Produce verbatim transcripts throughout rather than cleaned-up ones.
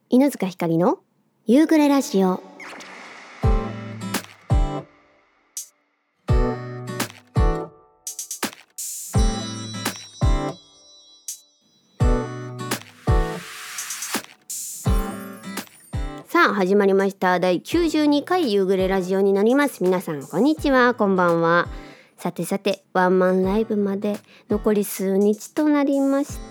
犬塚ひかりの夕暮れラジオ。さあ始まりました。だいきゅうじゅうにかい夕暮れラジオになります。皆さんこんにちは、こんばんは。さてさて、ワンマンライブまで残り数日となりました。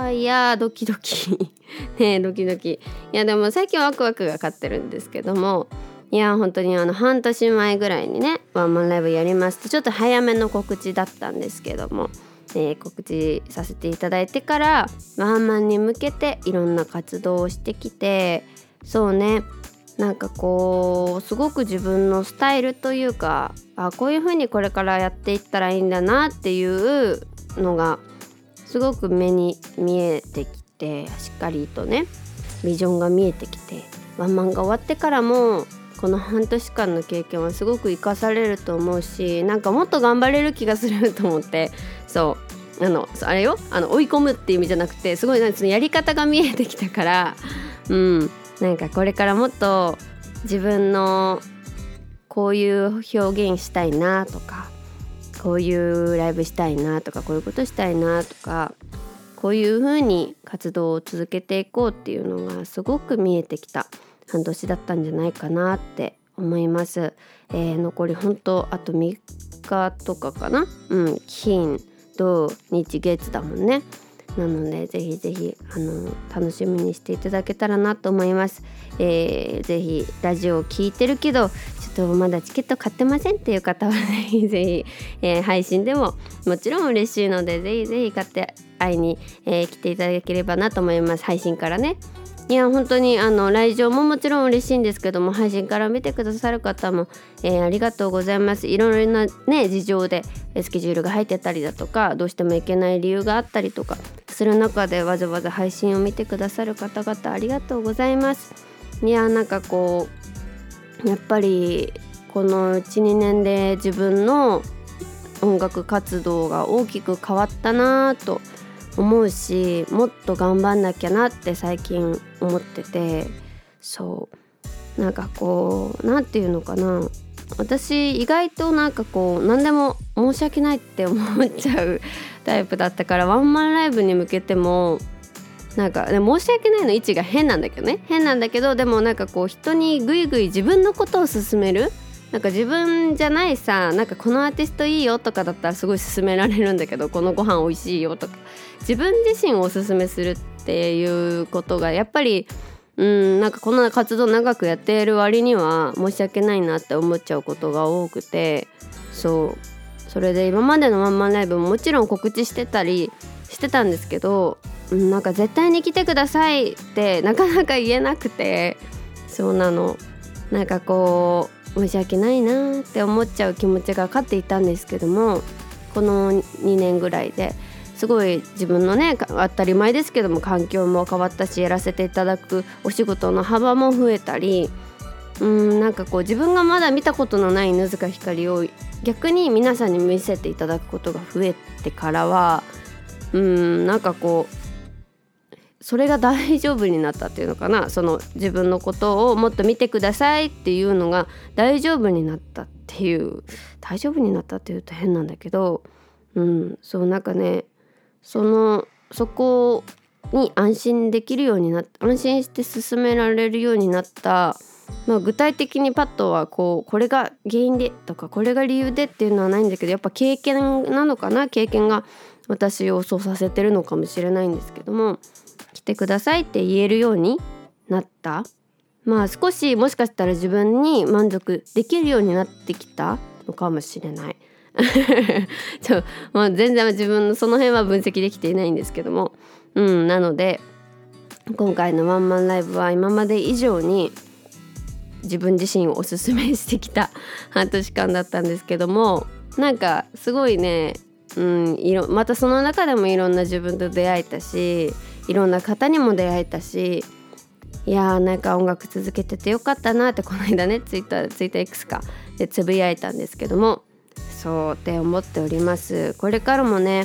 いやードキドキねえドキドキ。いやでも最近ワクワクが勝ってるんですけども、いや本当にあの半年前ぐらいにねワンマンライブやりますとちょっと早めの告知だったんですけども、えー、告知させていただいてからワンマンに向けていろんな活動をしてきて、そうねなんかこうすごく自分のスタイルというか、あこういう風にこれからやっていったらいいんだなっていうのがすごく目に見えてきて、しっかりとねビジョンが見えてきて、ワンマンが終わってからもこの半年間の経験はすごく生かされると思うし、なんかもっと頑張れる気がすると思って、そうあのあれよあの追い込むっていう意味じゃなくて、すごいなんかそのやり方が見えてきたから、うんなんかこれからもっと自分のこういう表現したいなとか、こういうライブしたいなとか、こういうことしたいなとか、こういう風に活動を続けていこうっていうのがすごく見えてきた半年だったんじゃないかなって思います。えー、残り本当あとみっかとかかな、うん金土日月だもんね。なのでぜひぜひあの楽しみにしていただけたらなと思います。えー、ぜひラジオを聞いてるけどちょっとまだチケット買ってませんっていう方はぜひぜひ、えー、配信でももちろん嬉しいのでぜひぜひ買って会いに、えー、来ていただければなと思います。配信からね。いや本当にあの来場ももちろん嬉しいんですけども、配信から見てくださる方も、えー、ありがとうございます。いろいろなね事情でスケジュールが入ってたりだとか、どうしても行けない理由があったりとかする中でわざわざ配信を見てくださる方々ありがとうございます。いやなんかこうやっぱりこの いちにねんで自分の音楽活動が大きく変わったなと思うし、もっと頑張んなきゃなって最近思ってて、そうなんかこうなんていうのかな、私意外となんかこう何でも申し訳ないって思っちゃうタイプだったから、ワンマンライブに向けてもなんか申し訳ないの位置が変なんだけどね変なんだけどでもなんかこう人にぐいぐい自分のことを勧める、なんか自分じゃないさ、なんかこのアーティストいいよとかだったらすごい勧められるんだけど、このご飯美味しいよとか自分自身をおすすめするっていうことがやっぱりうんなんかこの活動長くやっている割には申し訳ないなって思っちゃうことが多くて、そうそれで今までのワンマンライブももちろん告知してたりしてたんですけど、うんなんか絶対に来てくださいってなかなか言えなくて、そうなのなんかこう申し訳ないなって思っちゃう気持ちが勝っていたんですけども、このにねんぐらいですごい自分のね当たり前ですけども環境も変わったし、やらせていただくお仕事の幅も増えたり、うーんなんかこう自分がまだ見たことのない犬塚ひかりを逆に皆さんに見せていただくことが増えてからは、うーんなんかこうそれが大丈夫になったっていうのかな、その自分のことをもっと見てくださいっていうのが大丈夫になったっていう、大丈夫になったっていうと変なんだけど、うんそうなんかねそのそこに安心できるようになった安心して進められるようになった、まあ、具体的にパッとはこうこれが原因でとかこれが理由でっていうのはないんだけど、やっぱ経験なのかな、経験が私をそうさせてるのかもしれないんですけども、来てくださいって言えるようになった、まあ少しもしかしたら自分に満足できるようになってきたのかもしれないちょ、まあ、全然自分のその辺は分析できていないんですけども、うんなので今回のワンマンライブは今まで以上に自分自身をおすすめしてきた半年間だったんですけども、なんかすごいね、うん、いろまたその中でもいろんな自分と出会えたし、いろんな方にも出会えたし、いやーなんか音楽続けててよかったなってこの間ねツイッターツイッター X かでつぶやいたんですけども、そうって思っております。これからもね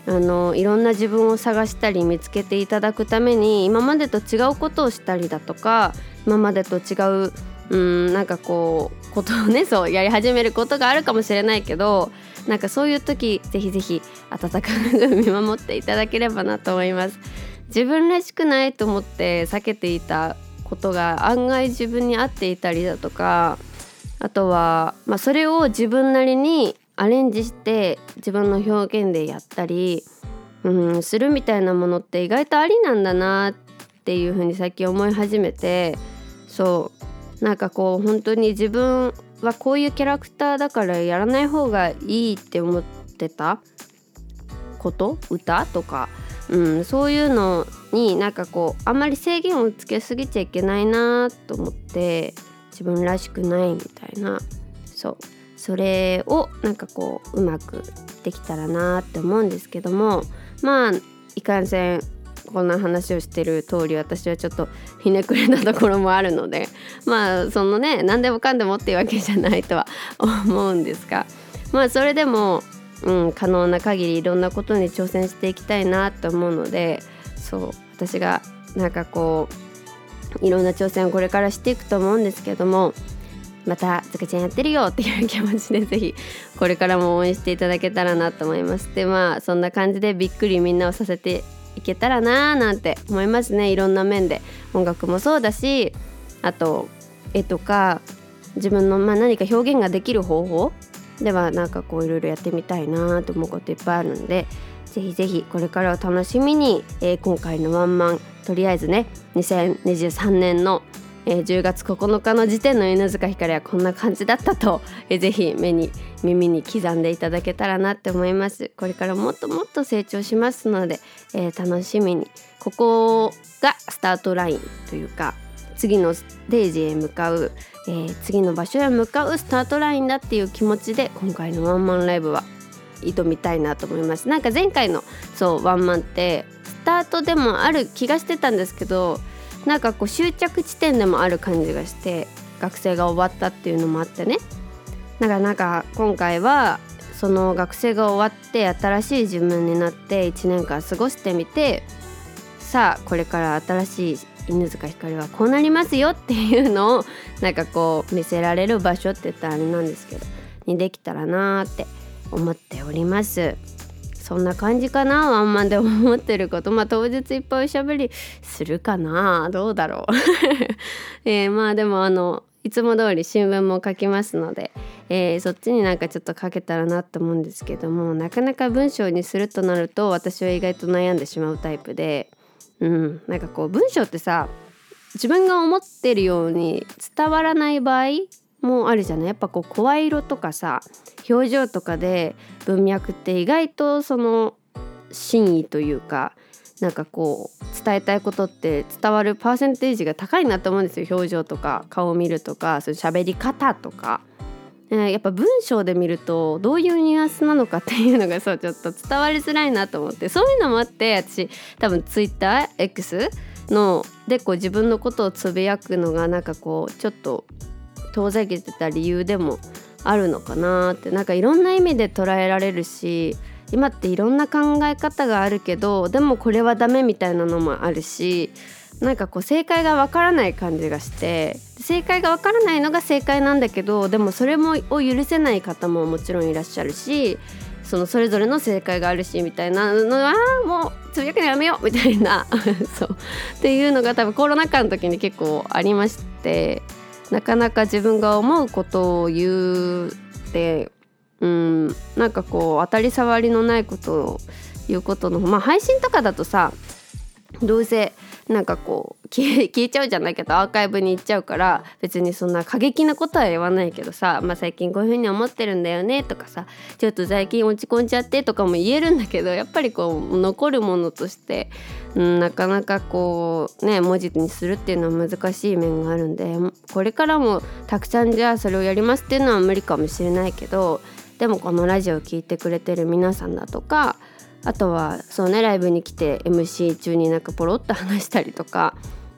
あのいろんな自分を探したり見つけていただくために今までと違うことをしたりだとか、今までと違ううーんなんかこうことをねそうやり始めることがあるかもしれないけど、なんかそういう時ぜひぜひ温かく見守っていただければなと思います。自分らしくないと思って避けていたことが案外自分に合っていたりだとか、あとは、まあ、それを自分なりにアレンジして自分の表現でやったり、うん、するみたいなものって意外とありなんだなっていうふうに最近思い始めて、そうなんかこう本当に自分はこういうキャラクターだからやらない方がいいって思ってたこと歌とか、うん、そういうのになんかこうあんまり制限をつけすぎちゃいけないなと思って、自分らしくないみたいな、そうそれをなんかこううまくできたらなって思うんですけども、まあいかんせんこんな話をしてる通り私はちょっとひねくれたところもあるので、まあそのね何でもかんでもっていうわけじゃないとは思うんですが、まあそれでも、うん、可能な限りいろんなことに挑戦していきたいなと思うので、そう私がなんかこういろんな挑戦をこれからしていくと思うんですけども、またつかちゃんやってるよっていう気持ちでぜひこれからも応援していただけたらなと思います。でまあそんな感じでびっくりみんなをさせていけたらなーなんて思いますね。いろんな面で音楽もそうだし、あと絵とか自分のまあ何か表現ができる方法ではなんかこういろいろやってみたいなと思うこといっぱいあるんで、ぜひぜひこれからを楽しみに、えー、今回のワンマンとりあえずねにせんにじゅうさんねんのえー、じゅうがつここのかの時点の犬塚ひかりはこんな感じだったと、えー、ぜひ目に耳に刻んでいただけたらなって思います。これからもっともっと成長しますので、えー、楽しみに、ここがスタートラインというか次のステージへ向かう、えー、次の場所へ向かうスタートラインだっていう気持ちで今回のワンマンライブは挑みたいなと思います。なんか前回のそうワンマンってスタートでもある気がしてたんですけど、なんかこう終着地点でもある感じがして、学生が終わったっていうのもあってね、なんかなんか今回はその学生が終わって新しい自分になっていちねんかん過ごしてみて、さあこれから新しい犬塚ひかりはこうなりますよっていうのをなんかこう見せられる場所って言ったらあれなんですけどにできたらなーって思っております。そんな感じかな、ワンマンで思ってること。まあ当日いっぱいおしゃべりするかな、どうだろう、えー、まあでもあのいつも通り新聞も書きますので、えー、そっちになんかちょっと書けたらなと思うんですけども、なかなか文章にするとなると私は意外と悩んでしまうタイプで、うん、なんかこう文章ってさ自分が思ってるように伝わらない場合もあるじゃない。やっぱこう声色とかさ表情とかで文脈って意外とその真意というかなんかこう伝えたいことって伝わるパーセンテージが高いなと思うんですよ。表情とか顔を見るとかそういう喋り方とか、えー、やっぱ文章で見るとどういうニュアンスなのかっていうのがそうちょっと伝わりづらいなと思って、そういうのもあって私多分 TwitterX のでこう自分のことをつぶやくのがなんかこうちょっと遠ざけてた理由でもあるのかなって。なんかいろんな意味で捉えられるし、今っていろんな考え方があるけどでもこれはダメみたいなのもあるし、なんかこう正解がわからない感じがして、正解がわからないのが正解なんだけどでもそれもを許せない方ももちろんいらっしゃるし、そのそれぞれの正解があるしみたいなのはもうつぶやくのやめようみたいなそうっていうのが多分コロナ禍の時に結構ありまして、なかなか自分が思うことを言うってうんなんかこう当たり障りのないことを言うことのまあ配信とかだとさどうせなんかこう消え、消えちゃうじゃないけどアーカイブに行っちゃうから別にそんな過激なことは言わないけどさ、まあ、最近こういう風に思ってるんだよねとかさちょっと最近落ち込んじゃってとかも言えるんだけど、やっぱりこう残るものとして、うん、なかなかこうね文字にするっていうのは難しい面があるんで、これからもたくさんじゃあそれをやりますっていうのは無理かもしれないけど、でもこのラジオを聞いてくれてる皆さんだとか、あとはそうねライブに来て エムシー 中になんかポロッと話したりとか、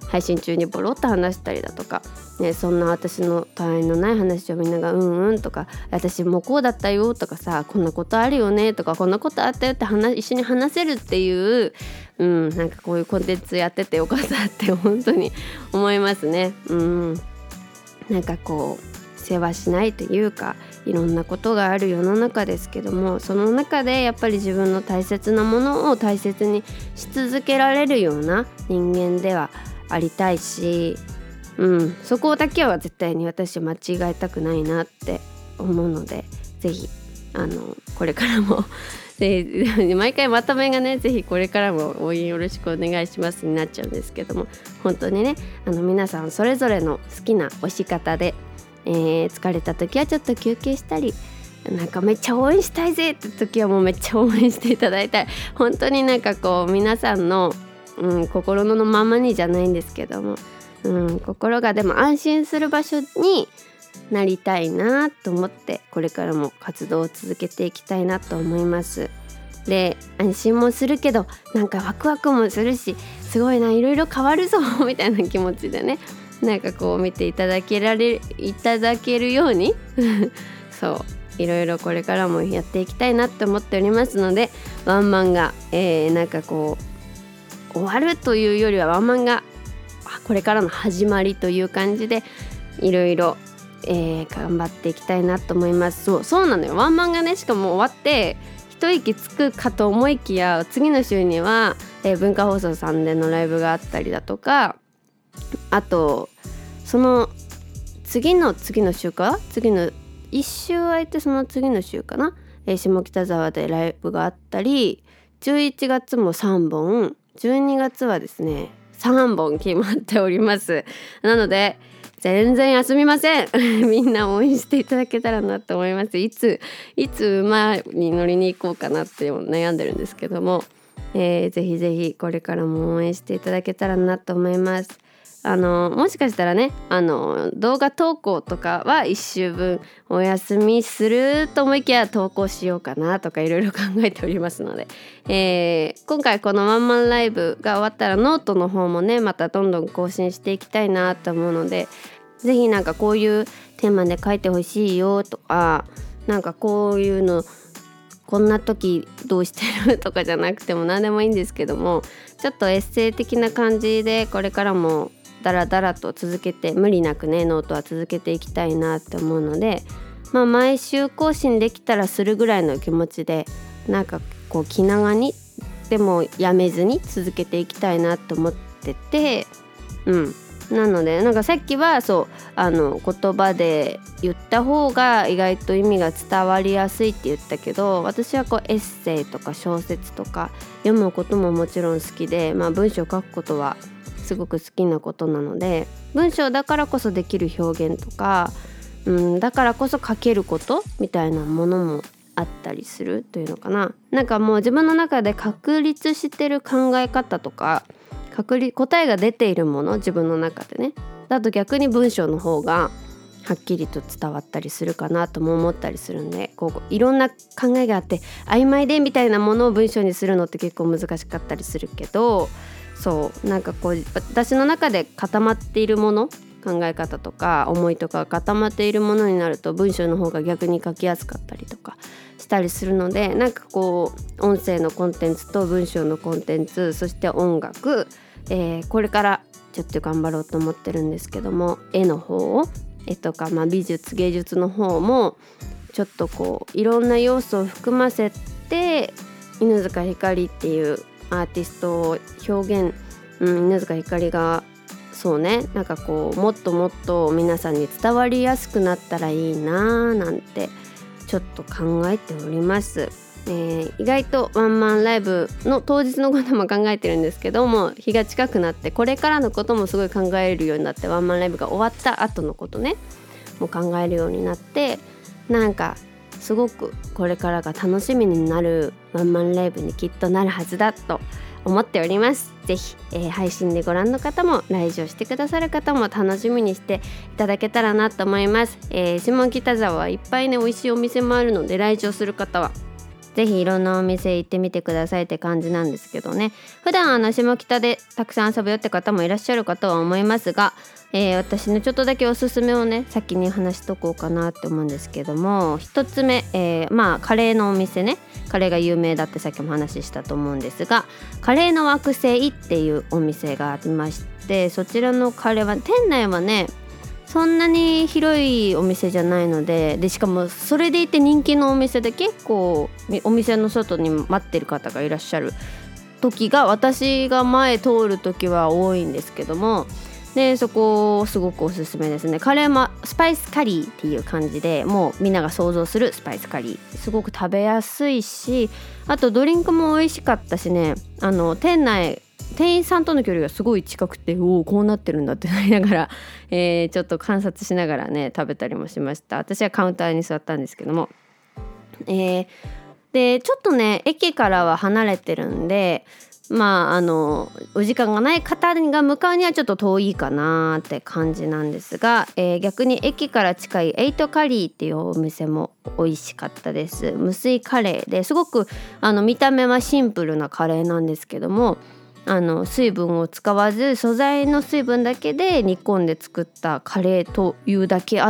配信中にボロッと話したりだとか、ね、そんな私の他愛のない話をみんながうんうんとか、私もこうだったよとかさ、こんなことあるよねとか、こんなことあったよって話一緒に話せるっていう、うん、なんかこういうコンテンツやっててよかったって本当に思いますね。うん、なんかこう世話しないというか、いろんなことがある世の中ですけども、その中でやっぱり自分の大切なものを大切にし続けられるような人間ではありたいし、うん、そこだけは絶対に私間違えたくないなって思うので、ぜひあのこれからもで毎回まとめがね、ぜひこれからも応援よろしくお願いしますになっちゃうんですけども、本当にね、あの皆さんそれぞれの好きな推し方で、えー、疲れた時はちょっと休憩したり、なんかめっちゃ応援したいぜって時はもうめっちゃ応援していただいたい。本当になんかこう皆さんの、うん、心のままにじゃないんですけども、うん、心がでも安心する場所になりたいなと思って、これからも活動を続けていきたいなと思います。で、安心もするけどなんかワクワクもするし、すごいな、いろいろ変わるぞみたいな気持ちでね、なんかこう見ていただけられいただけるようにそういろいろこれからもやっていきたいなって思っておりますので、ワンマンが、えー、なんかこう終わるというよりはワンマンがこれからの始まりという感じでいろいろ頑張っていきたいなと思います。そうそうなのよ、ワンマンがね、しかも終わって一息つくかと思いきや、次の週には、えー、文化放送さんでのライブがあったりだとか、あとその次の次の週か次のいっ週空いてその次の週かな、えー、下北沢でライブがあったり、じゅういちがつもさんぼん、じゅうにがつはですねさんぼん決まっております。なので全然休みませんみんな応援していただけたらなと思います。いついつ馬に乗りに行こうかなって悩んでるんですけども、えー、ぜひぜひこれからも応援していただけたらなと思います。あのもしかしたらね、あの動画投稿とかはいっしゅうぶんお休みすると思いきや投稿しようかなとかいろいろ考えておりますので、えー、今回このワンマンライブが終わったらノートの方もね、またどんどん更新していきたいなと思うので、ぜひなんかこういうテーマで書いてほしいよとか、なんかこういうのこんな時どうしてるとかじゃなくても何でもいいんですけども、ちょっとエッセイ的な感じでこれからもだらだらと続けて、無理なくねノートは続けていきたいなって思うので、まあ毎週更新できたらするぐらいの気持ちで、なんかこう気長にでもやめずに続けていきたいなと思ってて、うんなのでなんかさっきはそうあの言葉で言った方が意外と意味が伝わりやすいって言ったけど、私はこうエッセイとか小説とか読むことももちろん好きで、まあ文章を書くことはすごく好きなことなので、文章だからこそできる表現とか、うん、だからこそ書けることみたいなものもあったりするというのかな。なんかもう自分の中で確立してる考え方とか確立答えが出ているもの、自分の中でね、だと逆に文章の方がはっきりと伝わったりするかなとも思ったりするんで、こういろんな考えがあって曖昧でみたいなものを文章にするのって結構難しかったりするけど、そうなんかこう私の中で固まっているもの、考え方とか思いとかが固まっているものになると文章の方が逆に書きやすかったりとかしたりするので、なんかこう音声のコンテンツと文章のコンテンツ、そして音楽、えー、これからちょっと頑張ろうと思ってるんですけども、絵の方絵とか、まあ、美術芸術の方もちょっとこういろんな要素を含ませて、犬塚ひかりっていうアーティストを表現、うん、犬塚ひかりがそうね、なんかこうもっともっと皆さんに伝わりやすくなったらいいななんてちょっと考えております。えー、意外とワンマンライブの当日のことも考えてるんですけども、日が近くなってこれからのこともすごい考えるようになって、ワンマンライブが終わった後のことねもう考えるようになって、なんかすごくこれからが楽しみになるワンマンライブにきっとなるはずだと思っております。ぜひ、えー、配信でご覧の方も来場してくださる方も楽しみにしていただけたらなと思います。えー、下北沢はいっぱいね美味しいお店もあるので、来場する方はぜひいろんなお店行ってみてくださいって感じなんですけどね。普段あの下北でたくさん遊ぶよって方もいらっしゃるかとは思いますが、えー、私のちょっとだけおすすめをね先に話しとこうかなって思うんですけども、一つ目、えー、まあカレーのお店ね、カレーが有名だってさっきも話したと思うんですが、カレーの惑星っていうお店がありまして、そちらのカレーは店内はねそんなに広いお店じゃないので、でしかもそれでいて人気のお店で結構お店の外に待ってる方がいらっしゃる時が私が前通る時は多いんですけども、でそこすごくおすすめですね。カレーもスパイスカリーっていう感じで、もうみんなが想像するスパイスカリー、すごく食べやすいし、あとドリンクも美味しかったしね、あの店内店員さんとの距離がすごい近くて、おおこうなってるんだってなりながら、えー、ちょっと観察しながらね食べたりもしました。私はカウンターに座ったんですけども、えー、でちょっとね駅からは離れてるんで、まああのお時間がない方が向かうにはちょっと遠いかなって感じなんですが、えー、逆に駅から近いエイトカリーっていうお店も美味しかったです。無水カレーですごくあの見た目はシンプルなカレーなんですけども、あの水分を使わず素材の水分だけで煮込んで作ったカレーというだけあって、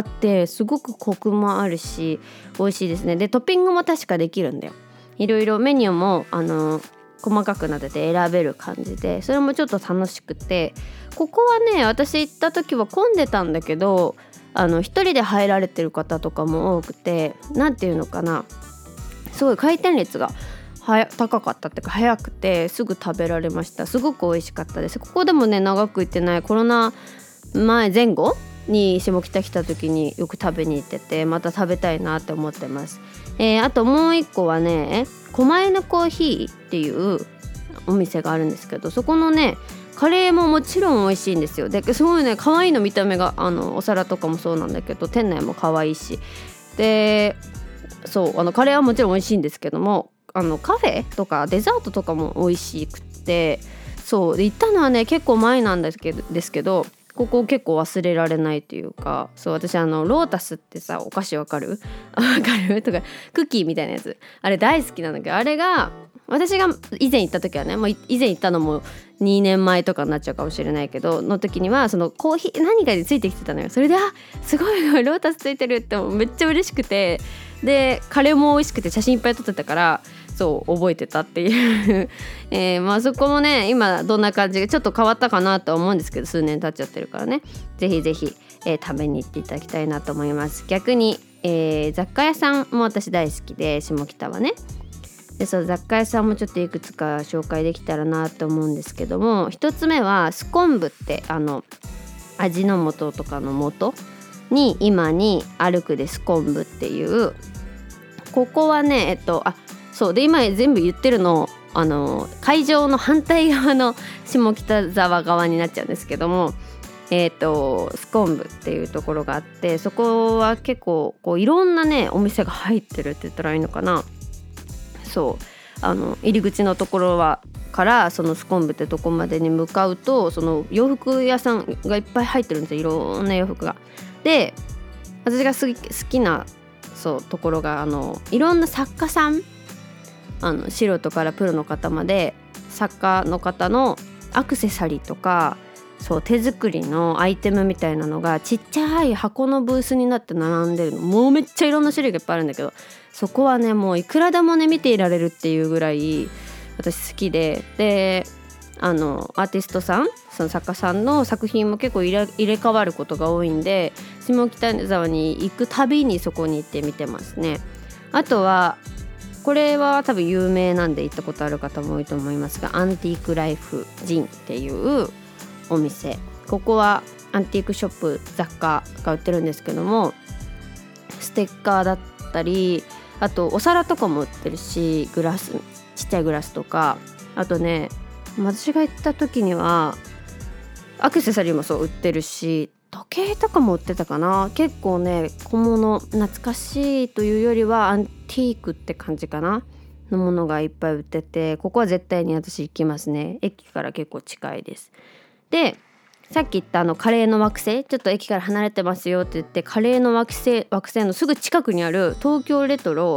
すごくコクもあるし美味しいですね。でトッピングも確かできるんだよ。いろいろメニューもあの細かくなってて選べる感じで、それもちょっと楽しくて、ここはね私行った時は混んでたんだけど、あの一人で入られてる方とかも多くて、なんていうのかな、すごい回転率がは高かったっていうか早くてすぐ食べられました。すごく美味しかったです。ここでもね長く行ってない、コロナ前前後に下北来た時によく食べに行ってて、また食べたいなって思ってます。えー、あともう一個はね狛犬コーヒーっていうお店があるんですけど、そこのねカレーももちろん美味しいんですよ。ですごいね可愛いの、見た目があのお皿とかもそうなんだけど店内も可愛いし、でそうあのカレーはもちろん美味しいんですけども、あのカフェとかデザートとかも美味しくて、そうで行ったのはね結構前なんですけどですけどここ結構忘れられないというか、そう私あのロータスってさお菓子わかるわかるとかクッキーみたいなやつ、あれ大好きなんだけど、あれが私が以前行った時はね、もう以前行ったのもにねんまえとかになっちゃうかもしれないけどの時にはそのコーヒー何かでついてきてたのよ。それであすごいロータスついてるってめっちゃ嬉しくて、でカレーも美味しくて写真いっぱい撮ってたからそう覚えてたっていう、えー、まあそこもね今どんな感じでちょっと変わったかなとは思うんですけど、数年経っちゃってるからね、ぜひぜひ、えー、食べに行っていただきたいなと思います。逆に、えー、雑貨屋さんも私大好きで、下北はね、でそう雑貨屋さんもちょっといくつか紹介できたらなと思うんですけども、一つ目はスコンブって、あの味の素とかの素に今に歩くでスコンブっていう、ここはねえっとあそうで今全部言ってるのあの会場の反対側の下北沢側になっちゃうんですけども、えーとスコンブっていうところがあって、そこは結構こういろんなねお店が入ってるって言ったらいいのかな。そうあの入り口のところはからそのスコンブってとこまでに向かうと、その洋服屋さんがいっぱい入ってるんですよ、いろんな洋服が。で私が好き、好きなそうところがあのいろんな作家さん、あの素人からプロの方まで作家の方のアクセサリーとかそう手作りのアイテムみたいなのがちっちゃい箱のブースになって並んでるの、もうめっちゃいろんな種類がいっぱいあるんだけど、そこはねもういくらでもね見ていられるっていうぐらい私好きで、であのアーティストさん、その作家さんの作品も結構入れ、入れ替わることが多いんで、下北沢に行くたびにそこに行って見てますね。あとはこれは多分有名なんで行ったことある方も多いと思いますが、アンティークライフジンっていうお店、ここはアンティークショップ、雑貨が売ってるんですけども、ステッカーだったり、あとお皿とかも売ってるし、グラス、ちっちゃいグラスとか、あとね私が行った時にはアクセサリーもそう売ってるし、時計とかも売ってたかな。結構ね小物、懐かしいというよりはアンティークって感じかなのものがいっぱい売ってて、ここは絶対に私行きますね。駅から結構近いです。でさっき言ったあのカレーの惑星、ちょっと駅から離れてますよって言って、カレーの惑星惑星のすぐ近くにある東京レトロ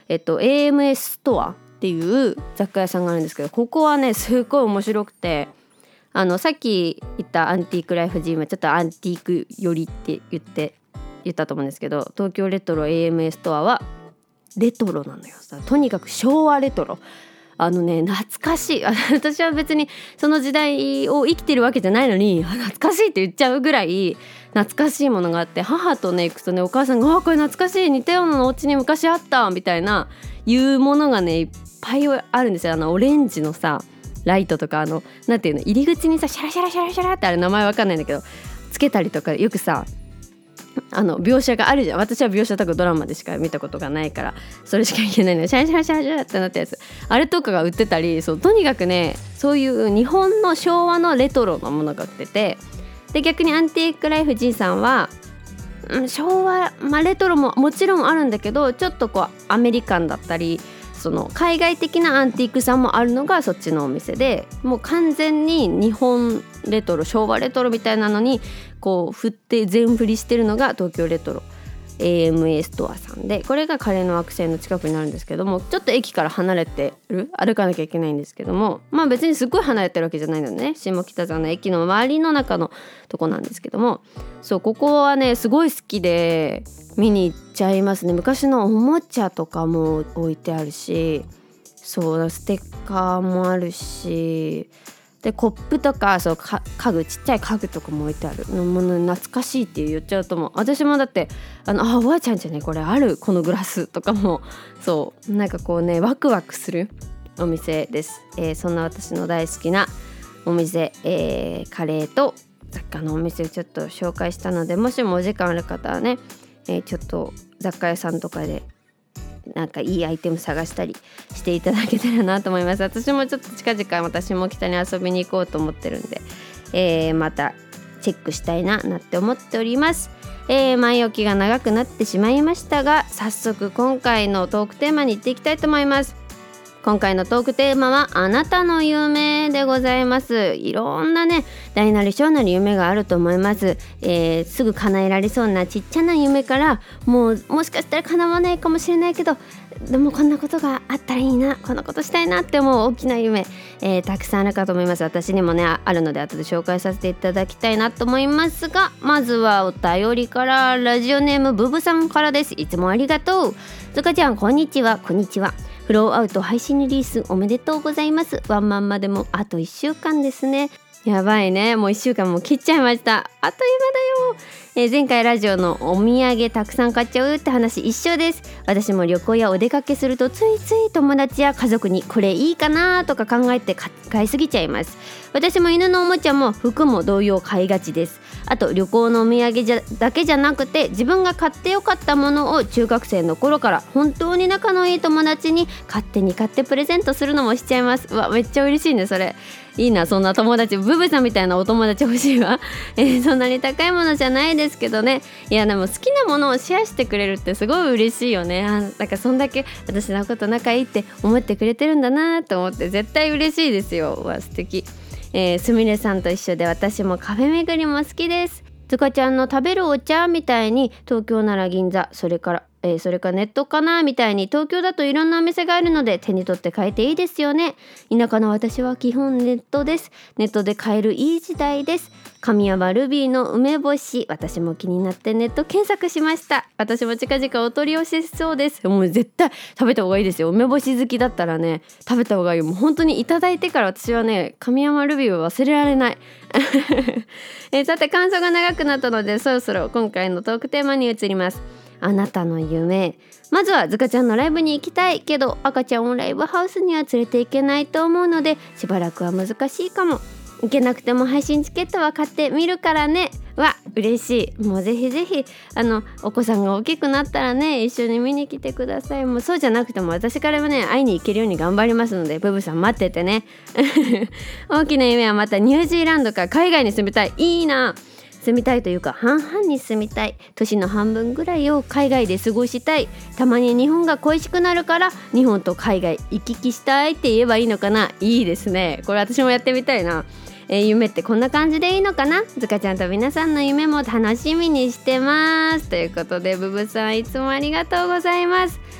えっと、エーエムエス ストアっていう雑貨屋さんがあるんですけど、ここはねすごい面白くて、あのさっき言ったアンティークライフジムはちょっとアンティーク寄りって言って言ったと思うんですけど、東京レトロ エーエムエス ストアはレトロなのよ。とにかく昭和レトロ、あのね懐かしい私は別にその時代を生きてるわけじゃないのに懐かしいって言っちゃうぐらい懐かしいものがあって、母とね行くとねお母さんがあこれ懐かしい似たようなのお家に昔あったみたいないうものがねいっぱいあるんですよ。あのオレンジのさライトとか、あのなんていうの入り口にさシャラシャラシャラシャラってあれ名前わかんないんだけどつけたりとか、よくさあの描写があるじゃん。私は描写とかドラマでしか見たことがないからそれしか言えないのよ。シャラシャラシャラシャラってなったやつ、あれとかが売ってたり、そうとにかくねそういう日本の昭和のレトロなものが売ってて、で逆にアンティークライフ G さんは、うん、昭和、まあ、レトロももちろんあるんだけど、ちょっとこうアメリカンだったりその海外的なアンティークさんもあるのがそっちのお店で、もう完全に日本レトロ昭和レトロみたいなのにこう振って全振りしてるのが東京レトロ エーエムエー ストアさんで、これがカレーの惑星の近くになるんですけども、ちょっと駅から離れてる歩かなきゃいけないんですけども、まあ別にすっごい離れてるわけじゃないのね。下北沢の駅の周りの中のとこなんですけども、そうここはねすごい好きで見に行っちゃいますね。昔のおもちゃとかも置いてあるし、そうステッカーもあるし、でコップとかそうか家具ちっちゃい家具とかも置いてあるのもの懐かしいって言っちゃうと思う。私もだってあのあおばあちゃんちゃねこれあるこのグラスとかもそうなんかこうねワクワクするお店です、えー、そんな私の大好きなお店、えー、カレーと雑貨のお店をちょっと紹介したので、もしもお時間ある方はね、えー、ちょっと雑貨屋さんとかでなんかいいアイテム探したりしていただけたらなと思います。私もちょっと近々私も北に遊びに行こうと思ってるんで、えー、またチェックしたいななって思っております。えー、前置きが長くなってしまいましたが、早速今回のトークテーマに行っていきたいと思います。今回のトークテーマはあなたの夢でございます。いろんなね大なり小なり夢があると思います、えー、すぐ叶えられそうなちっちゃな夢から、もうもしかしたら叶わないかもしれないけどでもこんなことがあったらいいな、こんなことしたいなって思う大きな夢、えー、たくさんあるかと思います。私にもねあるので後で紹介させていただきたいなと思いますが、まずはお便りから。ラジオネームブブさんからです。いつもありがとう。ずかちゃんこんにちは。こんにちは。フローアウト配信リリースおめでとうございます。ワンマンまでもあといっしゅうかんですね。やばいね、もういっしゅうかんも切っちゃいました。あっという間だよ、えー、前回ラジオのお土産たくさん買っちゃうって話一緒です。私も旅行やお出かけするとついつい友達や家族にこれいいかなとか考えて買いすぎちゃいます。私も犬のおもちゃも服も同様買いがちです。あと旅行のお土産じゃだけじゃなくて自分が買ってよかったものを中学生の頃から本当に仲のいい友達に勝手に買ってプレゼントするのもしちゃいます。うわめっちゃ嬉しいねそれ。いいなそんな友達、ブブさんみたいなお友達欲しいわ、えー、そんなに高いものじゃないですけどね。いやでも好きなものをシェアしてくれるってすごい嬉しいよね。あなんかそんだけ私のこと仲いいって思ってくれてるんだなと思って絶対嬉しいですよ。うわ素敵。えー、すみれさんと一緒で私もカフェ巡りも好きです。つかちゃんの食べるお茶みたいに東京なら銀座、それからえー、それかネットかなみたいに東京だといろんなお店があるので手に取って買えていいですよね。田舎の私は基本ネットです。ネットで買えるいい時代です。神山ルビーの梅干し、私も気になってネット検索しました。私も近々お取り寄せしそうです。もう絶対食べた方がいいですよ。梅干し好きだったらね食べた方がいい。もう本当にいただいてから私はね神山ルビーを忘れられないえー、さて感想が長くなったのでそろそろ今回のトークテーマに移ります。あなたの夢。まずはずかちゃんのライブに行きたいけど赤ちゃんをライブハウスには連れて行けないと思うのでしばらくは難しいかも。行けなくても配信チケットは買ってみるからね。わ嬉しい。もうぜひぜひあのお子さんが大きくなったらね一緒に見に来てください。もうそうじゃなくても私からはね会いに行けるように頑張りますのでブブさん待っててね大きな夢はまたニュージーランドか海外に住みたい。いいな。住みたいというか半々に住みたい。年の半分ぐらいを海外で過ごしたい。たまに日本が恋しくなるから日本と海外行き来したいって言えばいいのかな。いいですね。これ私もやってみたいな。えー、夢ってこんな感じでいいのかな。ずかちゃんと皆さんの夢も楽しみにしてますということでブブさんいつもありがとうございます。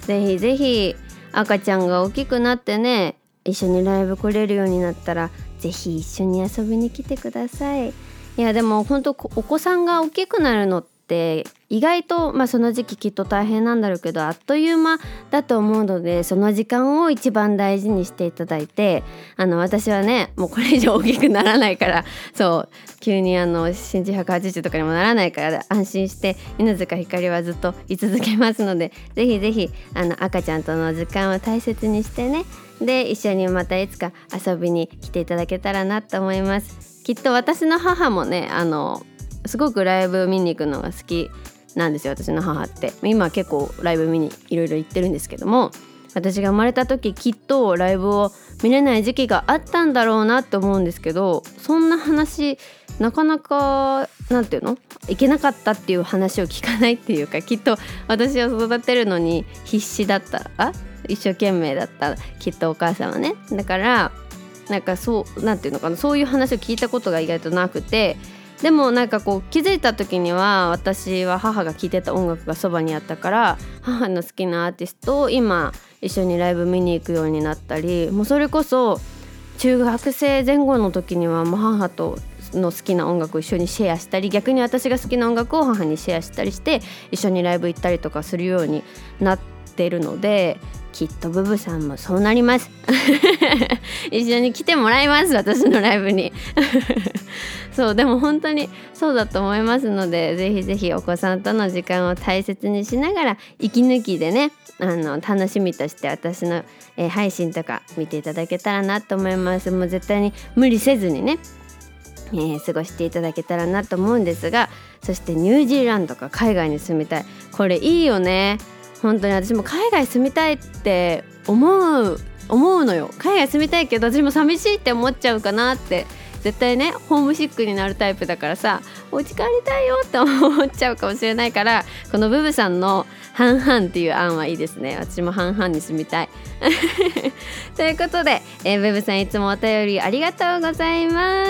ぜひぜひ赤ちゃんが大きくなってね、一緒にライブ来れるようになったらぜひ一緒に遊びに来てください。いやでも本当お子さんが大きくなるのって意外と、まあ、その時期きっと大変なんだろうけどあっという間だと思うので、その時間を一番大事にしていただいて、あの私はねもうこれ以上大きくならないから、そう急にあの身長ひゃくはちじゅうとかにもならないから安心して犬塚ひかりはずっと居続けますので、ぜひぜひあの赤ちゃんとの時間を大切にしてね、で一緒にまたいつか遊びに来ていただけたらなと思います。きっと私の母もねあのすごくライブ見に行くのが好きなんですよ。私の母って今結構ライブ見にいろいろ行ってるんですけども、私が生まれた時きっとライブを見れない時期があったんだろうなと思うんですけど、そんな話なかなかなんていうのいけなかったっていう話を聞かないっていうか、きっと私を育てるのに必死だったあ一生懸命だったきっとお母さんはね。だからなんかそうなんていうのかな、そういう話を聞いたことが意外となくて、でもなんかこう気づいた時には私は母が聴いてた音楽がそばにあったから、母の好きなアーティストを今一緒にライブ見に行くようになったり、もうそれこそ中学生前後の時にはもう母との好きな音楽を一緒にシェアしたり、逆に私が好きな音楽を母にシェアしたりして一緒にライブ行ったりとかするようになってるので、きっとブブさんもそうなります一緒に来てもらいます、私のライブにそうでも本当にそうだと思いますので、ぜひぜひお子さんとの時間を大切にしながら息抜きでねあの楽しみとして私の、えー、配信とか見ていただけたらなと思います。もう絶対に無理せずにね、えー、過ごしていただけたらなと思うんですが、そしてニュージーランドか海外に住みたい、これいいよね。本当に私も海外住みたいって思う思うのよ。海外住みたいけど私も寂しいって思っちゃうかなって、絶対ねホームシックになるタイプだからさ、お家帰りたいよって思っちゃうかもしれないから、このブブさんの半々っていう案はいいですね。私も半々に住みたいということで、えー、ブブさんいつもお便りありがとうございます。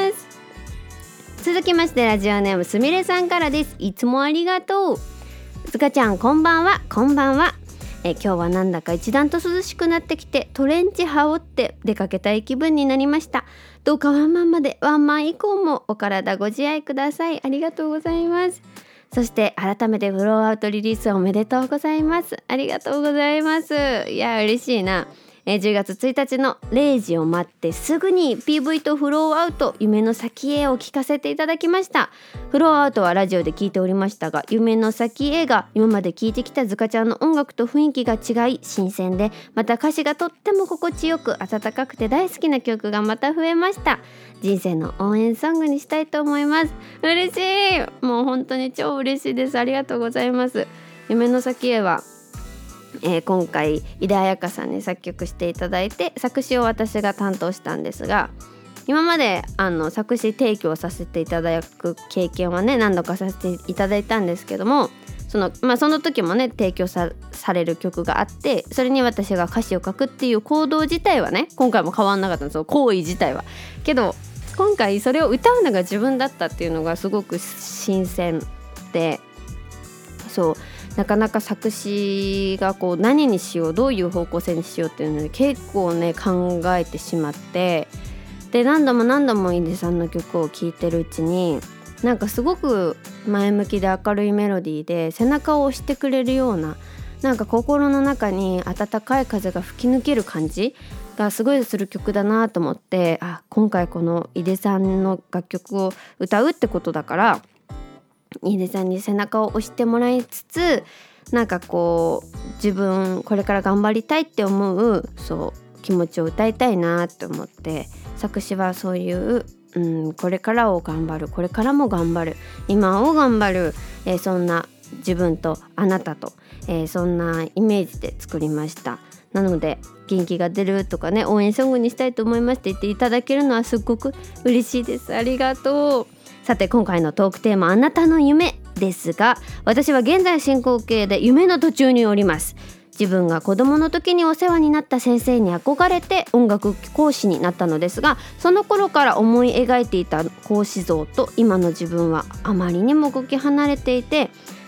続きましてラジオネームすみれさんからです。いつもありがとう。つかちゃんこんばんは。こんばんは。え今日はなんだか一段と涼しくなってきて、トレンチ羽織って出かけたい気分になりました。どうかワンマンまでワンマン以降もお体ご自愛ください。ありがとうございます。そして改めてフローアウトリリースおめでとうございます。ありがとうございます。いや嬉しいな。えー、じゅうがつついたちのれいじを待ってすぐに ピーブイ とフローアウト夢の先へを聞かせていただきました。フローアウトはラジオで聞いておりましたが、夢の先へが今まで聞いてきたズカちゃんの音楽と雰囲気が違い新鮮で、また歌詞がとっても心地よく温かくて大好きな曲がまた増えました。人生の応援ソングにしたいと思います。嬉しい。もう本当に超嬉しいです。ありがとうございます。夢の先へはえー、今回井田彩香さんに作曲していただいて、作詞を私が担当したんですが、今まであの作詞提供させていただく経験はね何度かさせていただいたんですけども、その、まあ、その時もね提供 さ, される曲があって、それに私が歌詞を書くっていう行動自体はね今回も変わんなかったんですよ、行為自体は。けど今回それを歌うのが自分だったっていうのがすごく新鮮で、そうなかなか作詞がこう何にしようどういう方向性にしようっていうので結構ね考えてしまって、で何度も何度も井出さんの曲を聴いてるうちになんかすごく前向きで明るいメロディーで背中を押してくれるような、なんか心の中に温かい風が吹き抜ける感じがすごいする曲だなと思って、あ今回この井出さんの楽曲を歌うってことだから井出さんに背中を押してもらいつつ、なんかこう自分これから頑張りたいって思うそう気持ちを歌いたいなって思って、作詞はそういう、うん、これからを頑張るこれからも頑張る今を頑張る、えー、そんな自分とあなたと、えー、そんなイメージで作りました。なので元気が出るとかね応援ソングにしたいと思いますって言っていただけるのはすごく嬉しいです。ありがとう。さて今回のトークテーマあなたの夢ですが、私は現在進行形で夢の途中におります。自分が子供の時にお世話になった先生に憧れて音楽講師になったのですが、その頃から思い描いていた講師像と今の自分はあまりにも動き離れていて、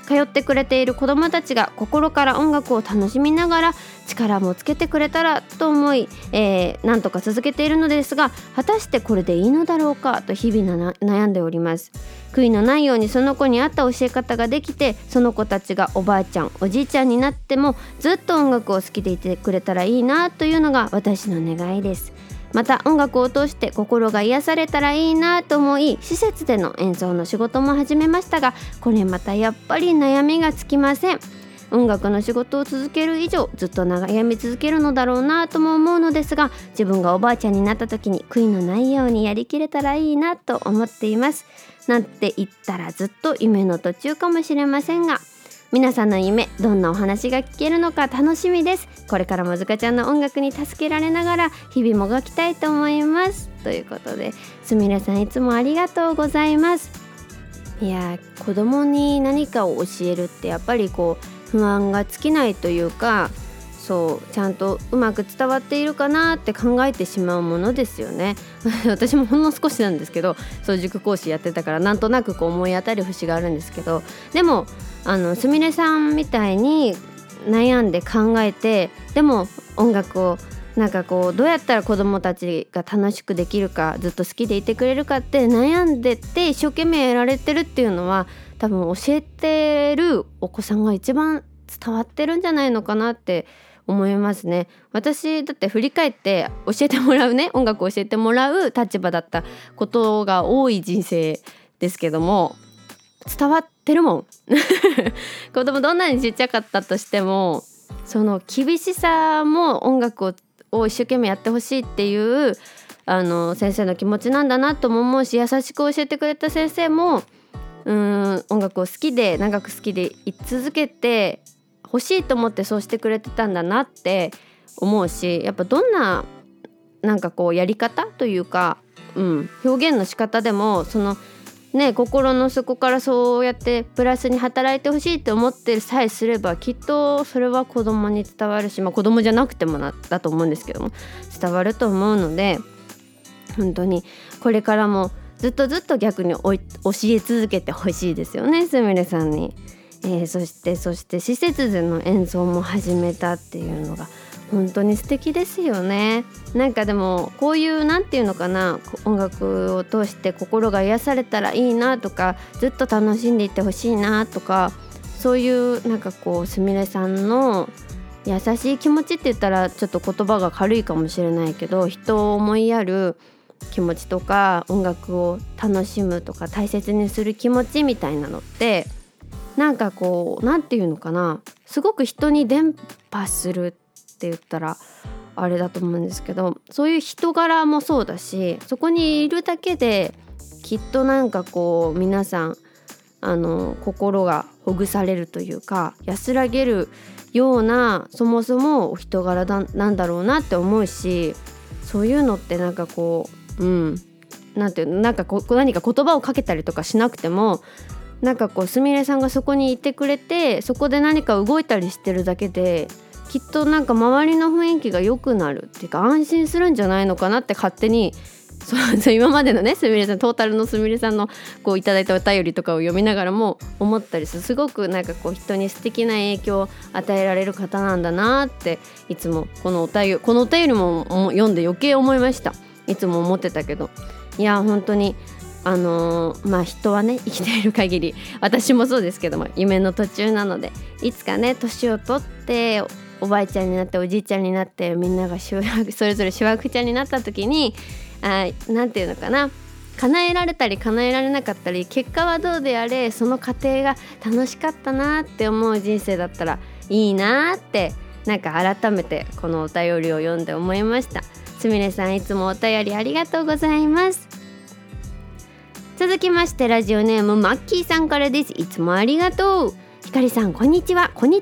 通ってくれている子どもたちが心から音楽を楽しみながら力もつけてくれたらと思い、えー、なんとか続けているのですが、果たしてこれでいいのだろうかと日々な悩んでおります。悔いのないようにその子に合った教え方ができて、その子たちがおばあちゃんおじいちゃんになってもずっと音楽を好きでいてくれたらいいなというのが私の願いです。また音楽を通して心が癒されたらいいなと思い、施設での演奏の仕事も始めましたが、これまたやっぱり悩みがつきません。音楽の仕事を続ける以上ずっと悩み続けるのだろうなとも思うのですが、自分がおばあちゃんになった時に悔いのないようにやりきれたらいいなと思っています。なんて言ったらずっと夢の途中かもしれませんが、皆さんの夢、どんなお話が聞けるのか楽しみです。これからもずかちゃんの音楽に助けられながら日々もがきたいと思います。ということで、すみれさんいつもありがとうございます。いや、子供に何かを教えるってやっぱりこう不安が尽きないというか、そうちゃんとうまく伝わっているかなって考えてしまうものですよね。私もほんの少しなんですけど、そう塾講師やってたからなんとなくこう思い当たる節があるんですけど、でもあのすみれさんみたいに悩んで考えて、でも音楽をなんかこうどうやったら子どもたちが楽しくできるか、ずっと好きでいてくれるかって悩んでって一生懸命やられてるっていうのは、多分教えてるお子さんが一番伝わってるんじゃないのかなって思いますね。私だって振り返って教えてもらうね、音楽を教えてもらう立場だったことが多い人生ですけども、伝わってるもん子供どんなにちっちゃかったとしても、その厳しさも音楽をを一生懸命やってほしいっていうあの先生の気持ちなんだなとも思うし、優しく教えてくれた先生もうーん音楽を好きで長く好きでい続けて欲しいと思ってそうしてくれてたんだなって思うし、やっぱどんななんかこうやり方というか、うん、表現の仕方でもそのね、心の底からそうやってプラスに働いてほしいって思ってさえすれば、きっとそれは子供に伝わるし、まあ、子供じゃなくてもなだと思うんですけども伝わると思うので、本当にこれからもずっとずっと逆におい教え続けてほしいですよね、すみれさんに。えー、そしてそして施設での演奏も始めたっていうのが本当に素敵ですよね。なんかでもこういうなんていうのかな、音楽を通して心が癒されたらいいなとか、ずっと楽しんでいってほしいなとか、そういうなんかこうすみれさんの優しい気持ちって言ったらちょっと言葉が軽いかもしれないけど、人を思いやる気持ちとか音楽を楽しむとか大切にする気持ちみたいなのって、なんかこうなんていうのかな、すごく人に伝播するって言ったらあれだと思うんですけど、そういう人柄もそうだし、そこにいるだけできっとなんかこう皆さんあの心がほぐされるというか安らげるような、そもそもお人柄だなんだろうなって思うし、そういうのってなんかこううんなんていうなんかこう何か言葉をかけたりとかしなくても、なんかこうすみれさんがそこにいてくれて、そこで何か動いたりしてるだけできっとなんか周りの雰囲気が良くなるっていうか安心するんじゃないのかなって勝手にそうそう今までのねすみれさんトータルのすみれさんのこういただいたお便りとかを読みながらも思ったりする。すごくなんかこう人に素敵な影響を与えられる方なんだなっていつもこのお便りこのお便りも読んで余計思いました。いつも思ってたけど、いや本当にあのー、まあ人はね生きている限り、私もそうですけども夢の途中なので、いつかね年を取っておばあちゃんになっておじいちゃんになってみんながそれぞれしわくちゃんになった時に、あなんていうのかな、叶えられたり叶えられなかったり結果はどうであれその過程が楽しかったなって思う人生だったらいいなって、なんか改めてこのお便りを読んで思いました。すみれさんいつもお便りありがとうございます。続きましてラジオネームマッキーさんからです。いつもありがとう。ひかりさんこんにちは。こんにちは。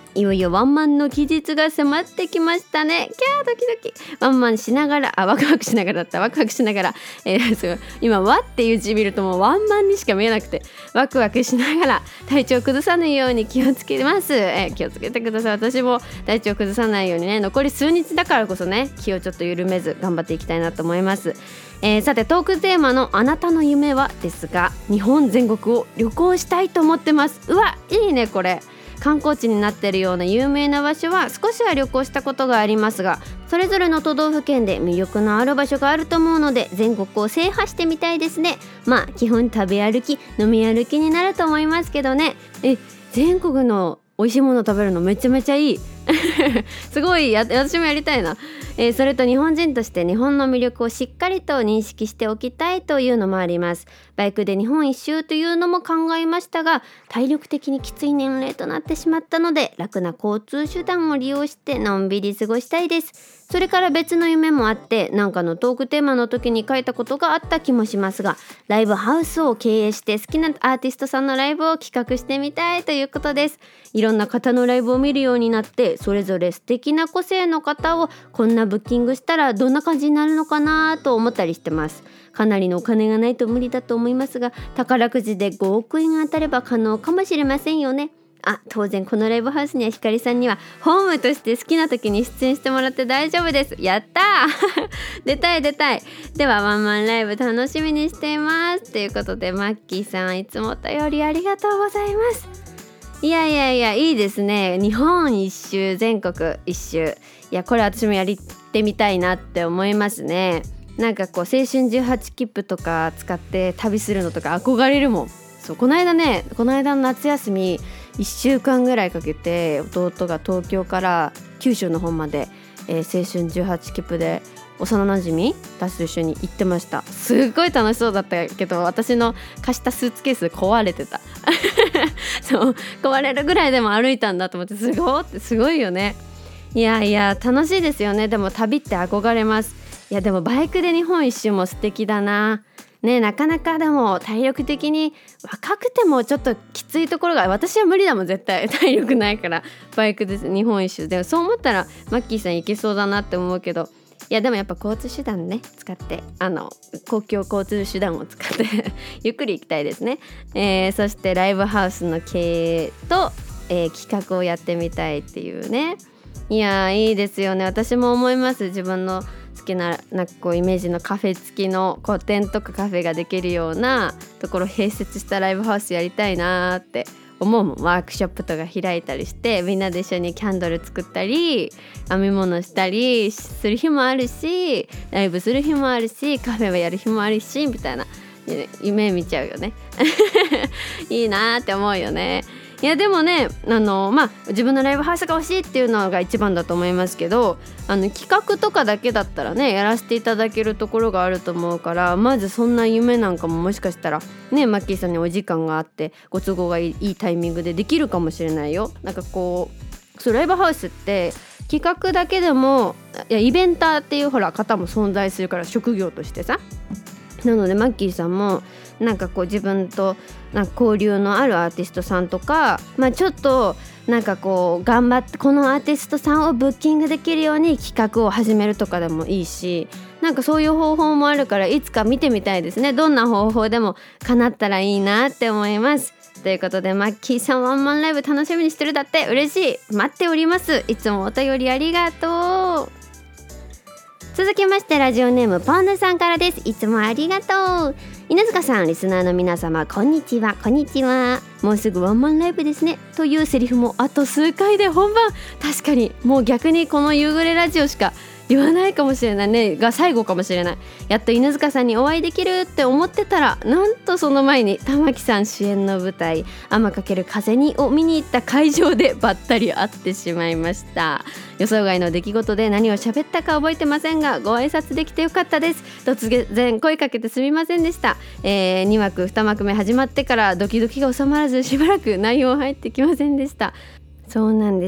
いよいよワンマンの期日が迫ってきましたね。キャードキドキ。ワンマンしながら、あ、ワクワクしながらだった。ワクワクしながら、えー、そう今ワっていう字見るともうワンマンにしか見えなくて、ワクワクしながら体調崩さないように気をつけます。えー、気をつけてください。私も体調崩さないようにね、残り数日だからこそね、気をちょっと緩めず頑張っていきたいなと思います。えー、さてトークテーマのあなたの夢はですが、日本全国を旅行したいと思ってます。うわ、いいねこれ。観光地になっているような有名な場所は少しは旅行したことがありますが、それぞれの都道府県で魅力のある場所があると思うので、全国を制覇してみたいですね。まあ基本食べ歩き飲み歩きになると思いますけどね。え全国の美味しいものを食べるのめちゃめちゃいいすごいや私もやりたいな、えー、それと日本人として日本の魅力をしっかりと認識しておきたいというのもあります。バイクで日本一周というのも考えましたが、体力的にきつい年齢となってしまったので、楽な交通手段を利用してのんびり過ごしたいです。それから別の夢もあって、なんかのトークテーマの時に書いたことがあった気もしますが、ライブハウスを経営して好きなアーティストさんのライブを企画してみたいということです。いろんな方のライブを見るようになって、それぞれ素敵な個性の方をこんなブッキングしたらどんな感じになるのかなと思ったりしてます。かなりのお金がないと無理だと思いますが、宝くじでごおくえん当たれば可能かもしれませんよね。あ、当然このライブハウスにはひかりさんにはホームとして好きな時に出演してもらって大丈夫です。やったー出たい出たい。ではワンマンライブ楽しみにしていますということで、マッキーさんいつもお便りありがとうございます。いやいやいや、いいですね。日本一周、全国一周、いやこれ私もやってみたいなって思いますね。なんかこう青春じゅうはち切符とか使って旅するのとか憧れるもん。そうこの間ねこの間の夏休みいっしゅうかんぐらいかけて弟が東京から九州の方まで、えー、青春じゅうはち切符で幼なじみたちと一緒に行ってました。すっごい楽しそうだったけど、私の貸したスーツケース壊れてたそう壊れるぐらいでも歩いたんだと思って、すごいってすごいよね。いやいや楽しいですよね。でも旅って憧れます。いやでもバイクで日本一周も素敵だなね。なかなかでも体力的に若くてもちょっときついところが、私は無理だもん絶対体力ないからバイクで日本一周でも、そう思ったらマッキーさん行けそうだなって思うけど、いやでもやっぱ交通手段ね使ってあの公共交通手段を使ってゆっくり行きたいですね、えー、そしてライブハウスの経営と、えー、企画をやってみたいっていうね。いやいいですよね。私も思います。自分の好きななんかこうイメージのカフェ付きの個展とかカフェができるようなところ併設したライブハウスやりたいなって思うもん。ワークショップとか開いたりしてみんなで一緒にキャンドル作ったり編み物したりする日もあるし、ライブする日もあるし、カフェはやる日もあるしみたいな夢見ちゃうよねいいなって思うよね。いやでもねあの、まあ、自分のライブハウスが欲しいっていうのが一番だと思いますけど、あの企画とかだけだったらねやらせていただけるところがあると思うから、まずそんな夢なんかももしかしたらねマッキーさんにお時間があってご都合がいい、いいタイミングでできるかもしれないよ。なんかこうそうライブハウスって企画だけでもいやイベンターっていうほら方も存在するから、職業としてさ。なのでマッキーさんもなんかこう自分となんか交流のあるアーティストさんとか、まあ、ちょっとなんかこう頑張ってこのアーティストさんをブッキングできるように企画を始めるとかでもいいし、なんかそういう方法もあるからいつか見てみたいですね。どんな方法でも叶ったらいいなって思います。ということでマッキーさんワンマンライブ楽しみにしてるだって。嬉しい。待っております。いつもお便りありがとう。続きましてラジオネームポンヌさんからです。いつもありがとう。稲塚さん、リスナーの皆様こんにちは。こんにちは。もうすぐワンマンライブですねというセリフもあと数回で本番。確かにもう逆にこの夕暮れラジオしか言わないかもしれないねが最後かもしれない。やっと犬塚さんにお会いできるって思ってたら、なんとその前に玉木さん主演の舞台天かける風にを見に行った会場でばったり会ってしまいました。予想外の出来事で何を喋ったか覚えてませんが、ご挨拶できてよかったです。突然声かけてすみませんでした。えー、にわくに幕目始まってからドキドキが収まらずしばらく内容入ってきませんでした。そうなんです。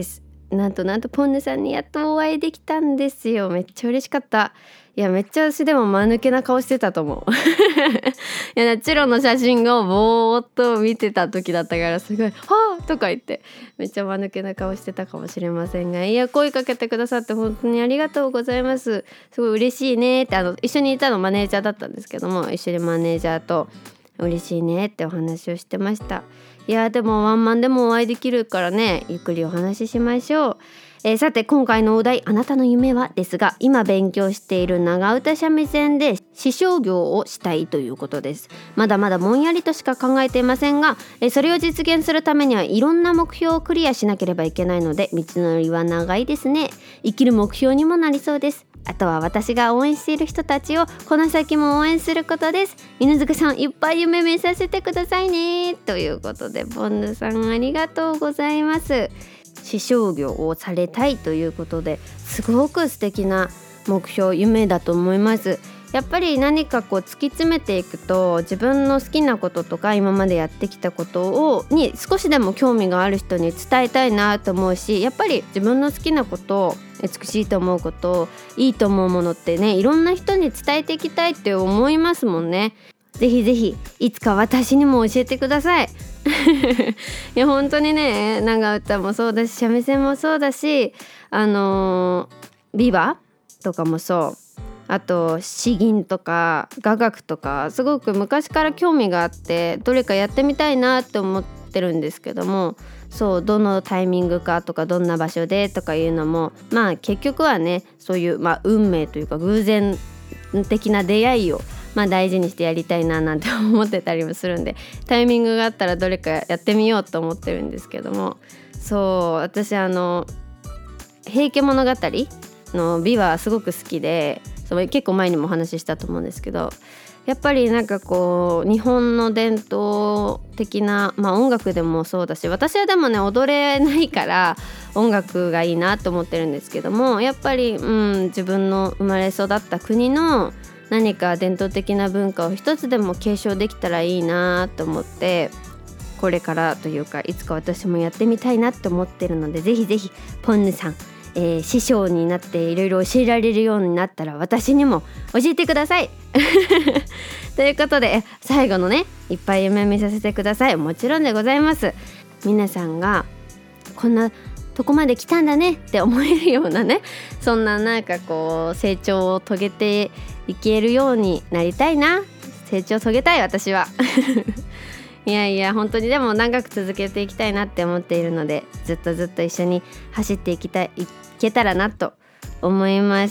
なんとなんとポンヌさんにやっとお会いできたんですよ。めっちゃ嬉しかった。いやめっちゃ私でも間抜けな顔してたと思ういやチロの写真をぼーっと見てた時だったからすごいはぁとか言ってめっちゃ間抜けな顔してたかもしれませんが、いや声かけてくださって本当にありがとうございます。すごい嬉しいねって、あの一緒にいたのマネージャーだったんですけども、一緒にマネージャーと嬉しいねってお話をしてました。いやでもワンマンでもお会いできるからね、ゆっくりお話ししましょう。えー、さて今回のお題、あなたの夢はですが、今勉強している長唄三味線で師匠業をしたいということです。まだまだぼんやりとしか考えていませんが、えー、それを実現するためにはいろんな目標をクリアしなければいけないので、道のりは長いですね。生きる目標にもなりそうです。あとは私が応援している人たちをこの先も応援することです。犬塚さんいっぱい夢見させてくださいねということで、ボンヌさんありがとうございます。師匠業をされたいということで、すごく素敵な目標夢だと思います。やっぱり何かこう突き詰めていくと、自分の好きなこととか今までやってきたことをに少しでも興味がある人に伝えたいなと思うし、やっぱり自分の好きなこと美しいと思うこといいと思うものってね、いろんな人に伝えていきたいって思いますもんね。ぜひぜひいつか私にも教えてくださいいや本当にね、長唄もそうだし三味線もそうだし、あのー、ビバとかもそう、あと詩吟とか雅楽とかすごく昔から興味があって、どれかやってみたいなって思ってるんですけども、そうどのタイミングかとかどんな場所でとかいうのも、まあ結局はね、そういう、まあ、運命というか偶然的な出会いをまあ大事にしてやりたいななんて思ってたりもするんで、タイミングがあったらどれかやってみようと思ってるんですけども、そう私あの平家物語の美はすごく好きで、そう結構前にもお話ししたと思うんですけど、やっぱりなんかこう日本の伝統的な、まあ、音楽でもそうだし、私はでもね踊れないから音楽がいいなと思ってるんですけども、やっぱり、うん、自分の生まれ育った国の何か伝統的な文化を一つでも継承できたらいいなと思って、これからというかいつか私もやってみたいなと思ってるので、ぜひぜひポンヌさん、えー、師匠になっていろいろ教えられるようになったら私にも教えてくださいということで最後のね、いっぱい夢見させてください。もちろんでございます。皆さんがこんなとこまで来たんだねって思えるようなね、そんななんかこう成長を遂げていけるようになりたいな。成長遂げたい私はいやいや本当にでも長く続けていきたいなって思っているので、ずっとずっと一緒に走っていきたい、いけたらなと思います。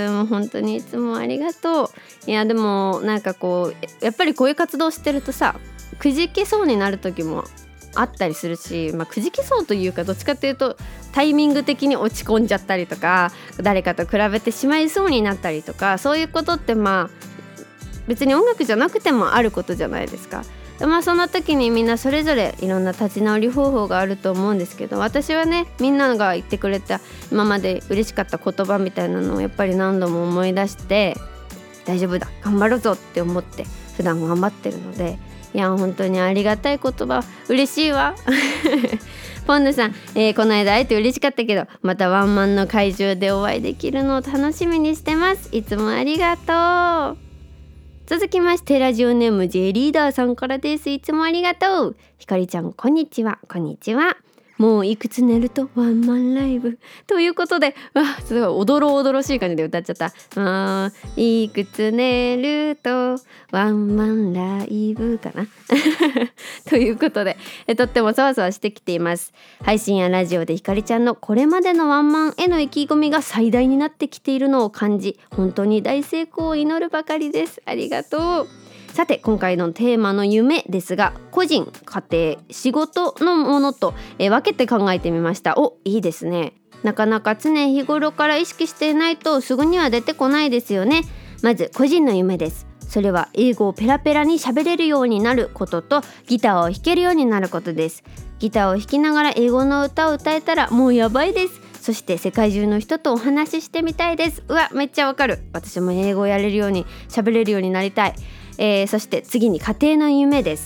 もう本当にいつもありがとう。いやでもなんかこうやっぱりこういう活動してるとさ、くじけそうになる時もあったりするし、まあ、くじけそうというかどっちかっていうとタイミング的に落ち込んじゃったりとか、誰かと比べてしまいそうになったりとか、そういうことってまあ別に音楽じゃなくてもあることじゃないですか。まあその時にみんなそれぞれいろんな立ち直り方法があると思うんですけど、私はねみんなが言ってくれた今まで嬉しかった言葉みたいなのをやっぱり何度も思い出して、大丈夫だ頑張るぞって思って普段頑張ってるので、いや本当にありがたい言葉、嬉しいわポンヌさん、えー、この間会えて嬉しかったけど、またワンマンの会場でお会いできるのを楽しみにしてます。いつもありがとう。続きましてラジオネーム J リーダーさんからです。いつもありがとう。ひかりちゃんこんにちは。こんにちは。もういくつ寝るとワンマンライブということで、わすごいおどろおどろしい感じで歌っちゃった。あいくつ寝るとワンマンライブかなということでえとってもそわそわしてきています。配信やラジオでひかりちゃんのこれまでのワンマンへの意気込みが最大になってきているのを感じ、本当に大成功を祈るばかりです。ありがとう。さて今回のテーマの夢ですが、個人、家庭、仕事のものと、えー、分けて考えてみました。お、いいですね。なかなか常日頃から意識していないとすぐには出てこないですよね。まず個人の夢です。それは英語をペラペラに喋れるようになることとギターを弾けるようになることです。ギターを弾きながら英語の歌を歌えたらもうやばいです。そして世界中の人とお話ししてみたいです。うわめっちゃわかる。私も英語をやれるように喋れるようになりたい。えー、そして次に家庭の夢です。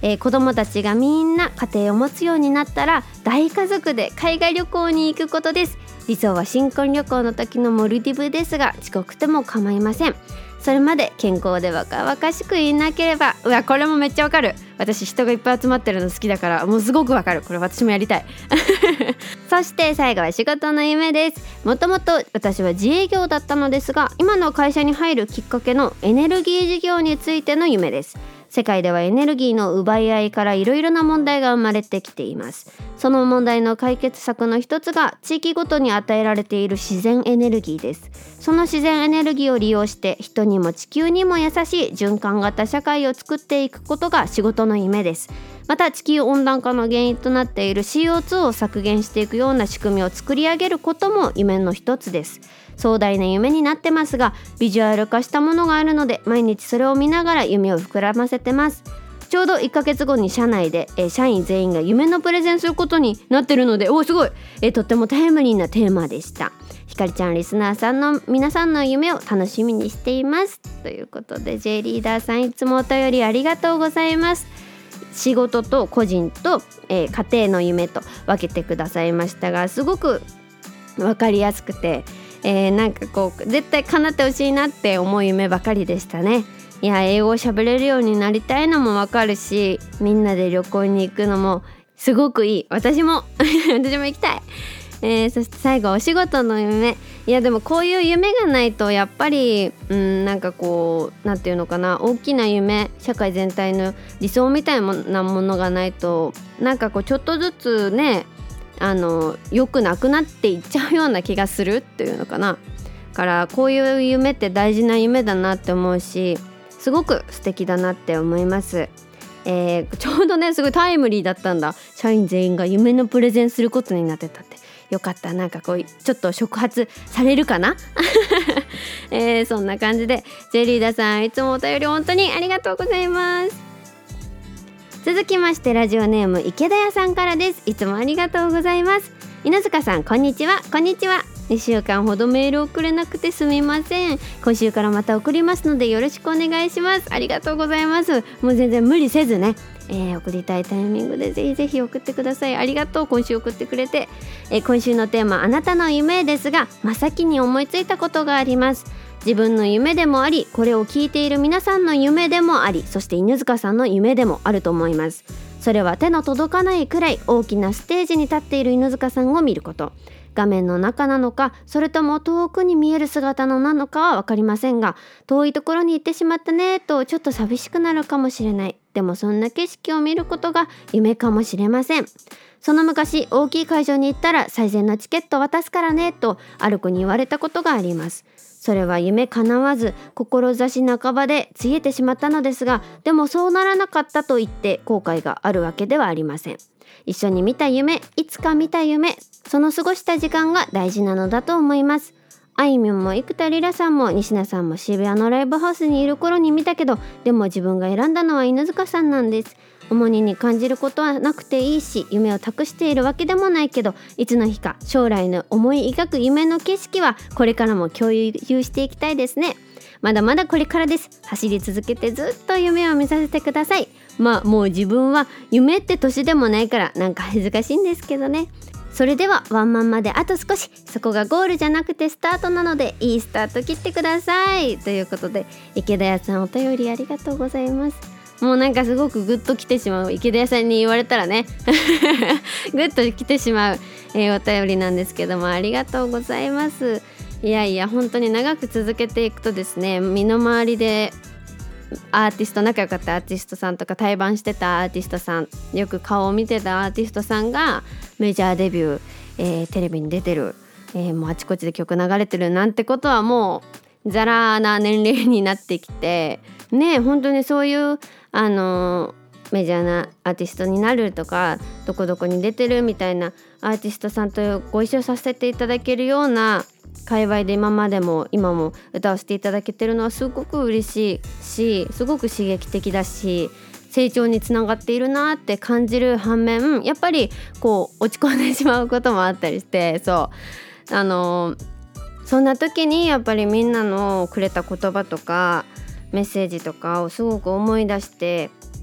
えー、子供たちがみんな家庭を持つようになったら大家族で海外旅行に行くことです。理想は新婚旅行の時のモルディブですが遅刻でも構いません。それまで健康で若々しくいなければ。うわ、これもめっちゃわかる。私人がいっぱい集まってるの好きだからもうすごくわかる。これ私もやりたいそして最後は仕事の夢です。もともと私は自営業だったのですが、今の会社に入るきっかけのエネルギー事業についての夢です。世界ではエネルギーの奪い合いからいろいろな問題が生まれてきています。その問題の解決策の一つが地域ごとに与えられている自然エネルギーです。その自然エネルギーを利用して人にも地球にも優しい循環型社会を作っていくことが仕事の夢です。また地球温暖化の原因となっている シーオーツー を削減していくような仕組みを作り上げることも夢の一つです。壮大な夢になってますが、ビジュアル化したものがあるので毎日それを見ながら夢を膨らませてます。ちょうどいっかげつごに社内で、えー、社員全員が夢のプレゼンすることになってるので、おーすごい、えー、とってもタイムリーなテーマでした。ひかりちゃんリスナーさんの皆さんの夢を楽しみにしていますということで、 J リーダーさんいつもお便りありがとうございます。仕事と個人と、えー、家庭の夢と分けてくださいましたが、すごく分かりやすくて、えー、なんかこう絶対叶ってほしいなって思う夢ばかりでしたね。いや、英語を喋れるようになりたいのもわかるし、みんなで旅行に行くのもすごくいい。私も私も行きたい。えー、そして最後お仕事の夢。いやでもこういう夢がないとやっぱりうんなんかこうなんていうのかな、大きな夢、社会全体の理想みたいなものがないと、なんかこうちょっとずつね、あの良くなくなっていっちゃうような気がするっていうのかな。からこういう夢って大事な夢だなって思うし、すごく素敵だなって思います。えー、ちょうどねすごいタイムリーだったんだ。社員全員が夢のプレゼンすることになってたってよかった。なんかこうちょっと触発されるかな、えー、そんな感じで J リーダーさんいつもお便り本当にありがとうございます。続きましてラジオネーム池田屋さんからです。いつもありがとうございます。犬塚さんこんにちは。こんにちは。にしゅうかんほどメール送れなくてすみません。今週からまた送りますのでよろしくお願いします。ありがとうございます。もう全然無理せずね、えー、送りたいタイミングでぜひぜひ送ってください。ありがとう。今週送ってくれて、えー、今週のテーマあなたの夢ですが、真っ先に思いついたことがあります。自分の夢でもあり、これを聞いている皆さんの夢でもあり、そして犬塚さんの夢でもあると思います。それは手の届かないくらい大きなステージに立っている犬塚さんを見ること。画面の中なのか、それとも遠くに見える姿のなのかは分かりませんが、遠いところに行ってしまったねとちょっと寂しくなるかもしれない。でもそんな景色を見ることが夢かもしれません。その昔、大きい会場に行ったら最善のチケット渡すからねとある子に言われたことがあります。それは夢叶わず志半ばで消えてしまったのですが、でもそうならなかったと言って後悔があるわけではありません。一緒に見た夢、いつか見た夢、その過ごした時間が大事なのだと思います。あいみょんも生田リラさんも西名さんも渋谷のライブハウスにいる頃に見たけど、でも自分が選んだのは犬塚さんなんです。重荷に感じることはなくていいし、夢を託しているわけでもないけど、いつの日か将来の思い描く夢の景色はこれからも共有していきたいですね。まだまだこれからです。走り続けてずっと夢を見させてください。まあもう自分は夢って年でもないからなんか恥ずかしいんですけどね。それではワンマンまであと少し、そこがゴールじゃなくてスタートなのでいいスタート切ってくださいということで、池田屋さんお便りありがとうございます。もうなんかすごくグッと来てしまう、池田屋さんに言われたらねグッと来てしまう、えー、お便りなんですけども、ありがとうございます。いやいや本当に長く続けていくとですね、身の回りでアーティスト、仲良かったアーティストさんとか対バンしてたアーティストさん、よく顔を見てたアーティストさんがメジャーデビュー、えー、テレビに出てる、えー、もうあちこちで曲流れてるなんてことはもうザラな年齢になってきてね、本当にそういうあのー、メジャーなアーティストになるとか、どこどこに出てるみたいなアーティストさんとご一緒させていただけるような界隈で今までも今も歌わせていただけてるのはすごく嬉しいし、すごく刺激的だし、成長につながっているなって感じる反面、やっぱりこう落ち込んでしまうこともあったりして、そうあのそんな時にやっぱりみんなのくれた言葉とかメッセージとかをすごく思い出して、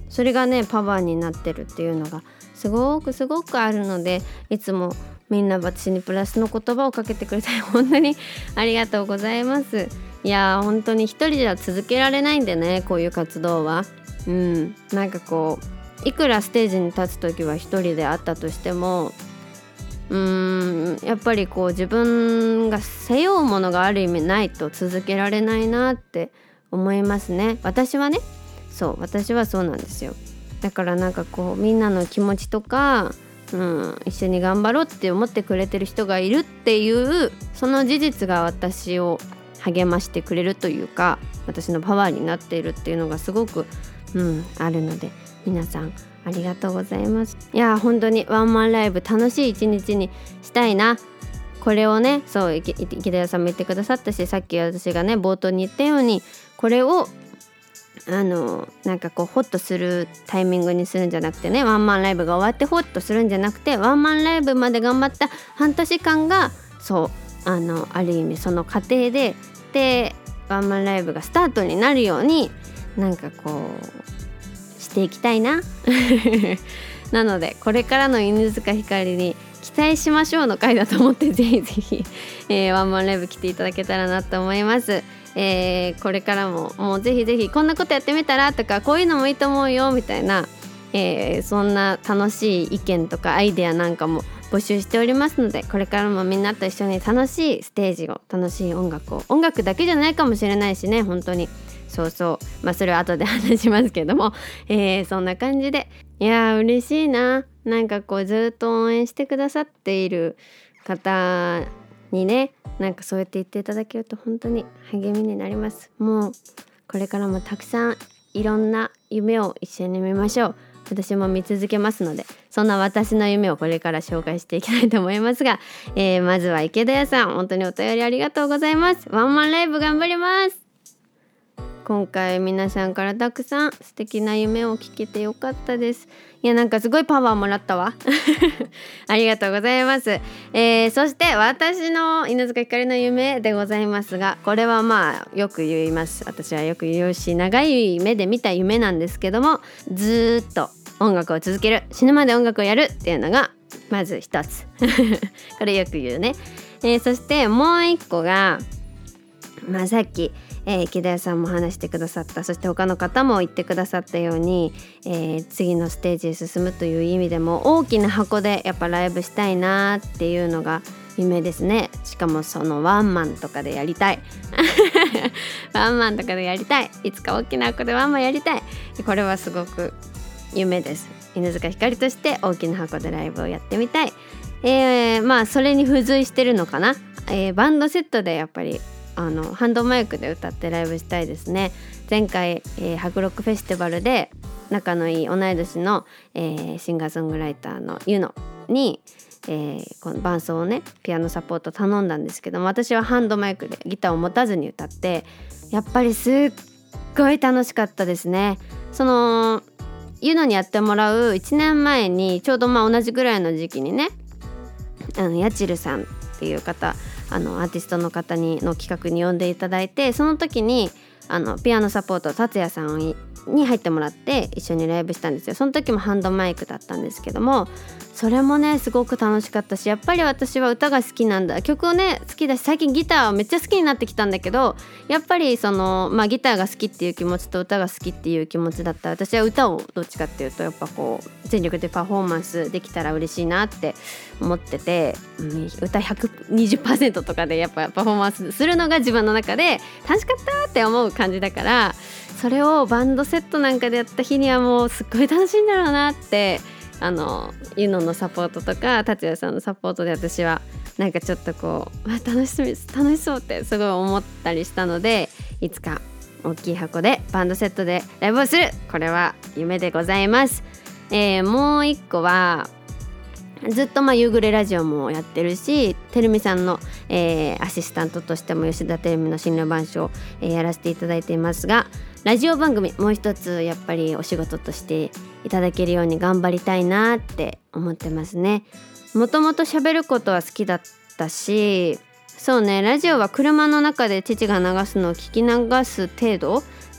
それがねパワーになってるっていうのがすごくすごくあるので、いつもみんな私にプラスの言葉をかけてくれて本当にありがとうございます。いや本当に一人では続けられないんでね、こういう活動は。うんなんかこういくらステージに立つ時は一人であったとしても、うーんやっぱりこう自分が背負うものがある意味ないと続けられないなって思いますね。私はねそう私はそうなんですよ。だからなんかこうみんなの気持ちとか、うん、一緒に頑張ろうって思ってくれてる人がいるっていうその事実が私を励ましてくれるというか、私のパワーになっているっていうのがすごく、うん、あるので、皆さんありがとうございます。いや本当にワンマンライブ楽しい一日にしたいな。これをねそう池田さんも言ってくださったし、さっき私がね冒頭に言ったように、これをあのなんかこうホッとするタイミングにするんじゃなくてね、ワンマンライブが終わってホッとするんじゃなくて、ワンマンライブまで頑張った半年間がそうあのある意味その過程ででワンマンライブがスタートになるようになんかこうしていきたいななのでこれからの犬塚ひかりに期待しましょうの回だと思って、ぜひぜひ、えー、ワンマンライブ来ていただけたらなと思います。えー、これからももうぜひぜひこんなことやってみたらとか、こういうのもいいと思うよみたいな、えー、そんな楽しい意見とかアイデアなんかも募集しておりますので、これからもみんなと一緒に楽しいステージを、楽しい音楽を、音楽だけじゃないかもしれないしね、本当にそうそうまあそれは後で話しますけども、えー、そんな感じで、いやー嬉しいな。なんかこうずっと応援してくださっている方にね、なんかそうやって言っていただけると本当に励みになります。もうこれからもたくさんいろんな夢を一緒に見ましょう。私も見続けますので、そんな私の夢をこれから紹介していきたいと思いますが、えー、まずは池田屋さん、本当にお便りありがとうございます。ワンマンライブ頑張ります。今回皆さんからたくさん素敵な夢を聞けてよかったです。いやなんかすごいパワーもらったわありがとうございます。えー、そして私の犬塚ひかりの夢でございますが、これはまあよく言います。私はよく言うし、長い目で見た夢なんですけども、ずっと音楽を続ける、死ぬまで音楽をやるっていうのがまず一つこれよく言うね。えー、そしてもう一個が、まあ、さっきえー、池田屋さんも話してくださった、そして他の方も言ってくださったように、えー、次のステージへ進むという意味でも大きな箱でやっぱライブしたいなっていうのが夢ですね。しかもそのワンマンとかでやりたいワンマンとかでやりたい、いつか大きな箱でワンマンやりたい。これはすごく夢です。犬塚ひかりとして大きな箱でライブをやってみたい。えー、まあそれに付随してるのかな、えー、バンドセットでやっぱりあのハンドマイクで歌ってライブしたいですね。前回、えー、ハロックフェスティバルで仲のいい同い年の、えー、シンガーソングライターのユノに、えー、この伴奏をねピアノサポート頼んだんですけども、私はハンドマイクでギターを持たずに歌って、やっぱりすっごい楽しかったですね。そのユノにやってもらういちねんまえにちょうどまあ同じぐらいの時期にね、あのヤチルさんっていう方、あのアーティストの方にの企画に呼んでいただいて、その時にあのピアノサポート達也さんに入ってもらって一緒にライブしたんですよ。その時もハンドマイクだったんですけども、それもねすごく楽しかったし、やっぱり私は歌が好きなんだ、曲をね好きだし、最近ギターめっちゃ好きになってきたんだけど、やっぱりその、まあ、ギターが好きっていう気持ちと歌が好きっていう気持ちだったら、私は歌をどっちかっていうとやっぱこう全力でパフォーマンスできたら嬉しいなって思ってて、うん、歌 ひゃくにじゅっパーセント とかでやっぱパフォーマンスするのが自分の中で楽しかったって思う感じだから、それをバンドセットなんかでやった日にはもうすっごい楽しいんだろうなって、あのユノのサポートとか達也さんのサポートで私はなんかちょっとこう楽しそう楽しそうってすごい思ったりしたので、いつか大きい箱でバンドセットでライブをする、これは夢でございます。えー、もう一個はずっとまあ夕暮れラジオもやってるし、てるみさんの、えー、アシスタントとしても吉田てるみの新郎番書を、えー、やらせていただいていますが、ラジオ番組もう一つやっぱりお仕事としていただけるように頑張りたいなって思ってますね。もともと喋ることは好きだったし、そうね、ラジオは車の中で父が流すのを聞き流す程度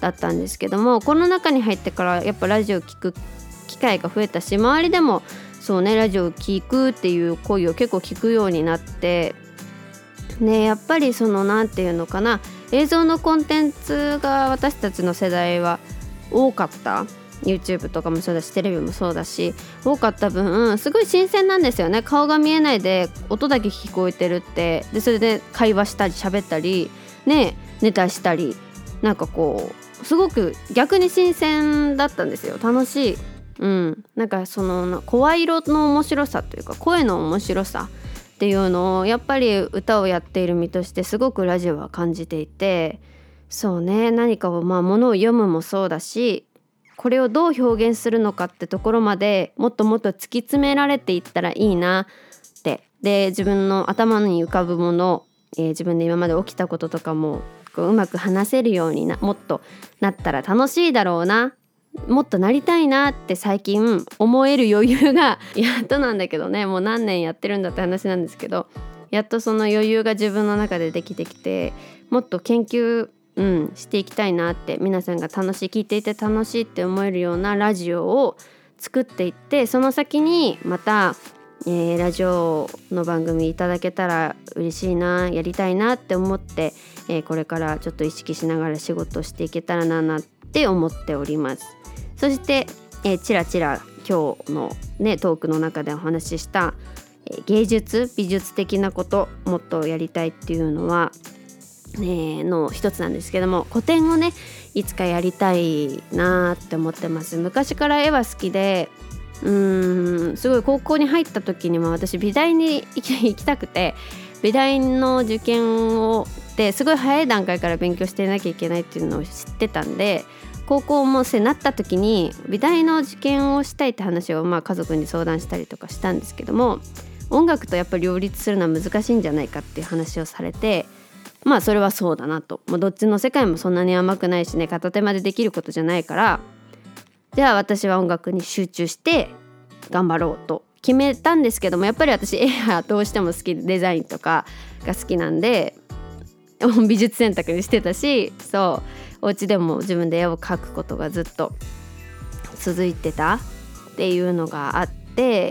だったんですけども、コロナ禍に入ってからやっぱラジオ聞く機会が増えたし、周りでもそうねラジオ聞くっていう声を結構聞くようになってね、やっぱりそのなんていうのかな、映像のコンテンツが私たちの世代は多かった。 YouTube とかもそうだしテレビもそうだし多かった分すごい新鮮なんですよね。顔が見えないで音だけ聞こえてるって、でそれで会話したり喋ったりね、ネタしたり、なんかこうすごく逆に新鮮だったんですよ。楽しい。うん、なんかその声色の面白さというか声の面白さっていうのをやっぱり歌をやっている身としてすごくラジオは感じていて、そうね、何かをまあものを読むもそうだし、これをどう表現するのかってところまでもっともっと突き詰められていったらいいなって、で自分の頭に浮かぶもの、えー、自分で今まで起きたこととかもこううまく話せるようになもっとなったら楽しいだろうな、もっとなりたいなって最近思える余裕がやっとなんだけどね、もう何年やってるんだって話なんですけど、やっとその余裕が自分の中でできてきて、もっと研究、うん、していきたいなって、皆さんが楽しい、聞いていて楽しいって思えるようなラジオを作っていって、その先にまた、えー、ラジオの番組いただけたら嬉しいな、やりたいなって思って、えー、これからちょっと意識しながら仕事をしていけたらななって思っております。そして、えー、ちらちら今日の、ね、トークの中でお話しした、えー、芸術美術的なこともっとやりたいっていうのは、ね、の一つなんですけども、個展をねいつかやりたいなって思ってます。昔から絵は好きで、うーんすごい高校に入った時にも私美大に行き、行きたくて、美大の受験をですごい早い段階から勉強していなきゃいけないっていうのを知ってたんで、高校もせなった時に美大の受験をしたいって話をまあ家族に相談したりとかしたんですけども、音楽とやっぱり両立するのは難しいんじゃないかっていう話をされて、まあそれはそうだなと、もうどっちの世界もそんなに甘くないしね、片手までできることじゃないから、じゃあ私は音楽に集中して頑張ろうと決めたんですけども、やっぱり私絵がどうしても好きで、デザインとかが好きなんで美術選択にしてたし、そうお家でも自分で絵を描くことがずっと続いてたっていうのがあって、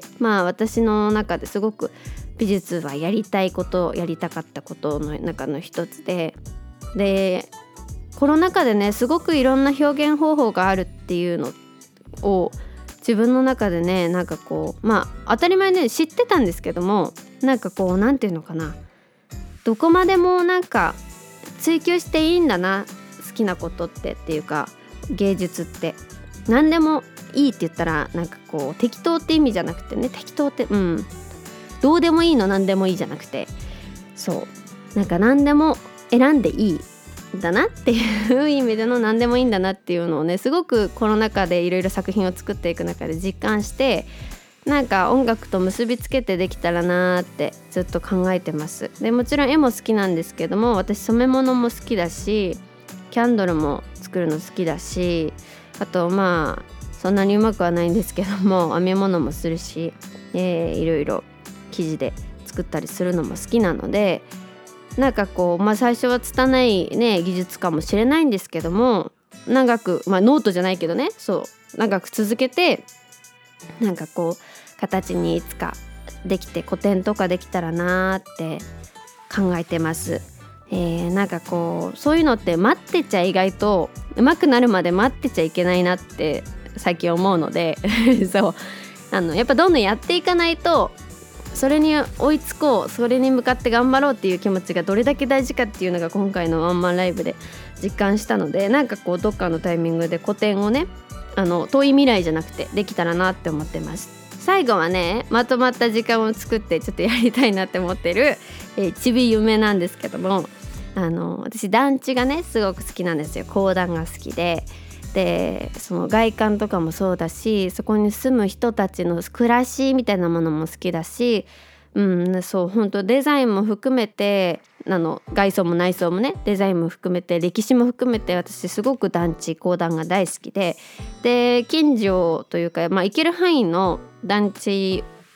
まあ私の中ですごく美術はやりたいこと、やりたかったことの中の一つで、でコロナ禍でねすごくいろんな表現方法があるっていうのを自分の中でね、なんかこうまあ当たり前ね知ってたんですけども、なんかこうなんていうのかな、どこまでもなんか追求していいんだな、好きなことってっていうか、芸術って何でもいいって言ったらなんかこう適当って意味じゃなくてね、適当ってうんどうでもいいの何でもいいじゃなくて、そうなんか何でも選んでいいんだなっていう意味での何でもいいんだなっていうのをね、すごくコロナ禍でいろいろ作品を作っていく中で実感して、なんか音楽と結びつけてできたらなってずっと考えてます。でもちろん絵も好きなんですけども、私染め物も好きだし、キャンドルも作るの好きだし、あとまあそんなにうまくはないんですけども編み物もするし、えー、いろいろ生地で作ったりするのも好きなので、なんかこうまあ最初は拙いね技術かもしれないんですけども、長くまあノートじゃないけどね、そう長く続けてなんかこう形にいつかできて個展とかできたらなって考えてます。えー、なんかこうそういうのって待ってちゃ意外と上手くなるまで待ってちゃいけないなって最近思うのでそうあのやっぱどんどんやっていかないと、それに追いつこう、それに向かって頑張ろうっていう気持ちがどれだけ大事かっていうのが今回のワンマンライブで実感したので、なんかこうどっかのタイミングで個展をね、あの遠い未来じゃなくてできたらなって思ってます。最後はねまとまった時間を作ってちょっとやりたいなって思ってる、えー、ちび夢なんですけども、あの私団地がねすごく好きなんですよ。公団が好きで、でその外観とかもそうだし、そこに住む人たちの暮らしみたいなものも好きだし、うん、そう本当デザインも含めて、あの外装も内装もね、デザインも含めて歴史も含めて、私すごく団地公団が大好きで、で近所というか、まあ、行ける範囲の団地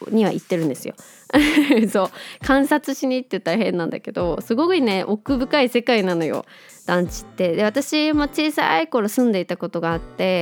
には行ってるんですよそう観察しに行ってたら変なんだけど、すごいね奥深い世界なのよ団地って。で私も小さい頃住んでいたことがあって、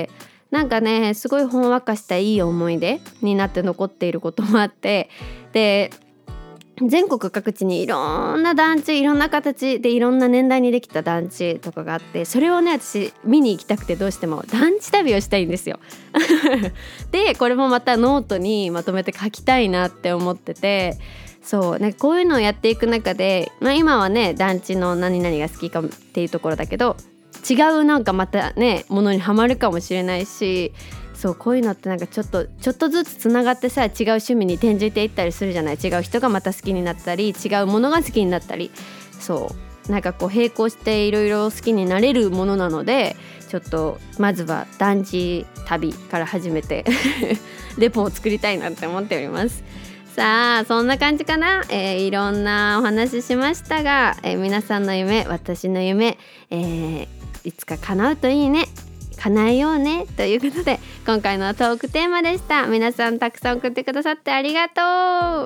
なんかねすごいほんわかしたいい思い出になって残っていることもあって、で全国各地にいろんな団地、いろんな形でいろんな年代にできた団地とかがあって、それをね私見に行きたくてどうしても団地旅をしたいんですよでこれもまたノートにまとめて書きたいなって思ってて、そうねこういうのをやっていく中で、まあ、今はね団地の何々が好きかっていうところだけど、違うなんかまたねものにはまるかもしれないし、そうこういうのってなんかちょっとちょっとずつつながってさ、違う趣味に転じていったりするじゃない。違う人がまた好きになったり、違うものが好きになったり、そうなんかこう並行していろいろ好きになれるものなので、ちょっとまずは団地旅から始めてレポを作りたいなって思っております。さあそんな感じかな、えー、いろんなお話しましたが、えー、皆さんの夢、私の夢、えー、いつか叶うといいね、叶えようねということで、今回のトークテーマでした。皆さんたくさん送ってくださってありがとう。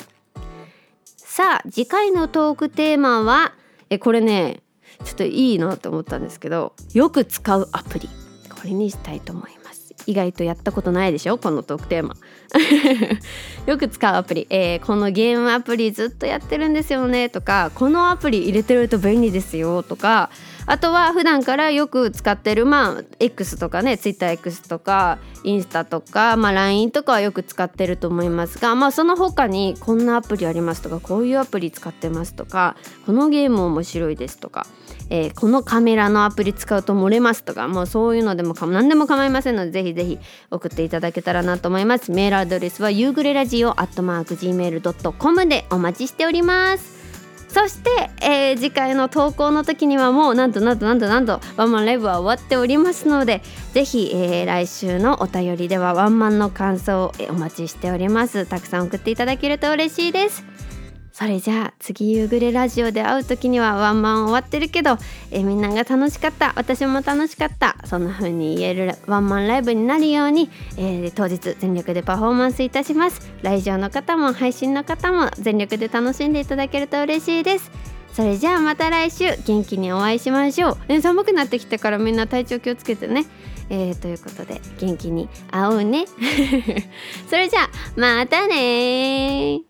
さあ次回のトークテーマはえこれねちょっといいなと思ったんですけど、よく使うアプリ、これにしたいと思います。意外とやったことないでしょこのトークテーマよく使うアプリ、えー、このゲームアプリずっとやってるんですよねとか、このアプリ入れてると便利ですよとか、あとは普段からよく使ってるまあ X とかね TwitterX とかインスタとか、まあ、ライン とかはよく使ってると思いますが、まあその他にこんなアプリありますとか、こういうアプリ使ってますとか、このゲーム面白いですとか、えー、このカメラのアプリ使うと漏れますとか、もうそういうのでもか何でも構いませんので、ぜひぜひ送っていただけたらなと思います。メールアドレスは夕暮れラジオアットマーク ジーメールドットコム でお待ちしております。そして、えー、次回の投稿の時にはもうなんとなんとなんとなんとワンマンライブは終わっておりますので、ぜひ、えー、来週のお便りではワンマンの感想をお待ちしております。たくさん送っていただけると嬉しいです。それじゃあ次夕暮れラジオで会う時にはワンマン終わってるけど、えー、みんなが楽しかった、私も楽しかった、そんな風に言えるワンマンライブになるように、えー、当日全力でパフォーマンスいたします。来場の方も配信の方も全力で楽しんでいただけると嬉しいです。それじゃあまた来週元気にお会いしましょう。えー、寒くなってきたからみんな体調気をつけてね、えー、ということで元気に会おうねそれじゃあまたね。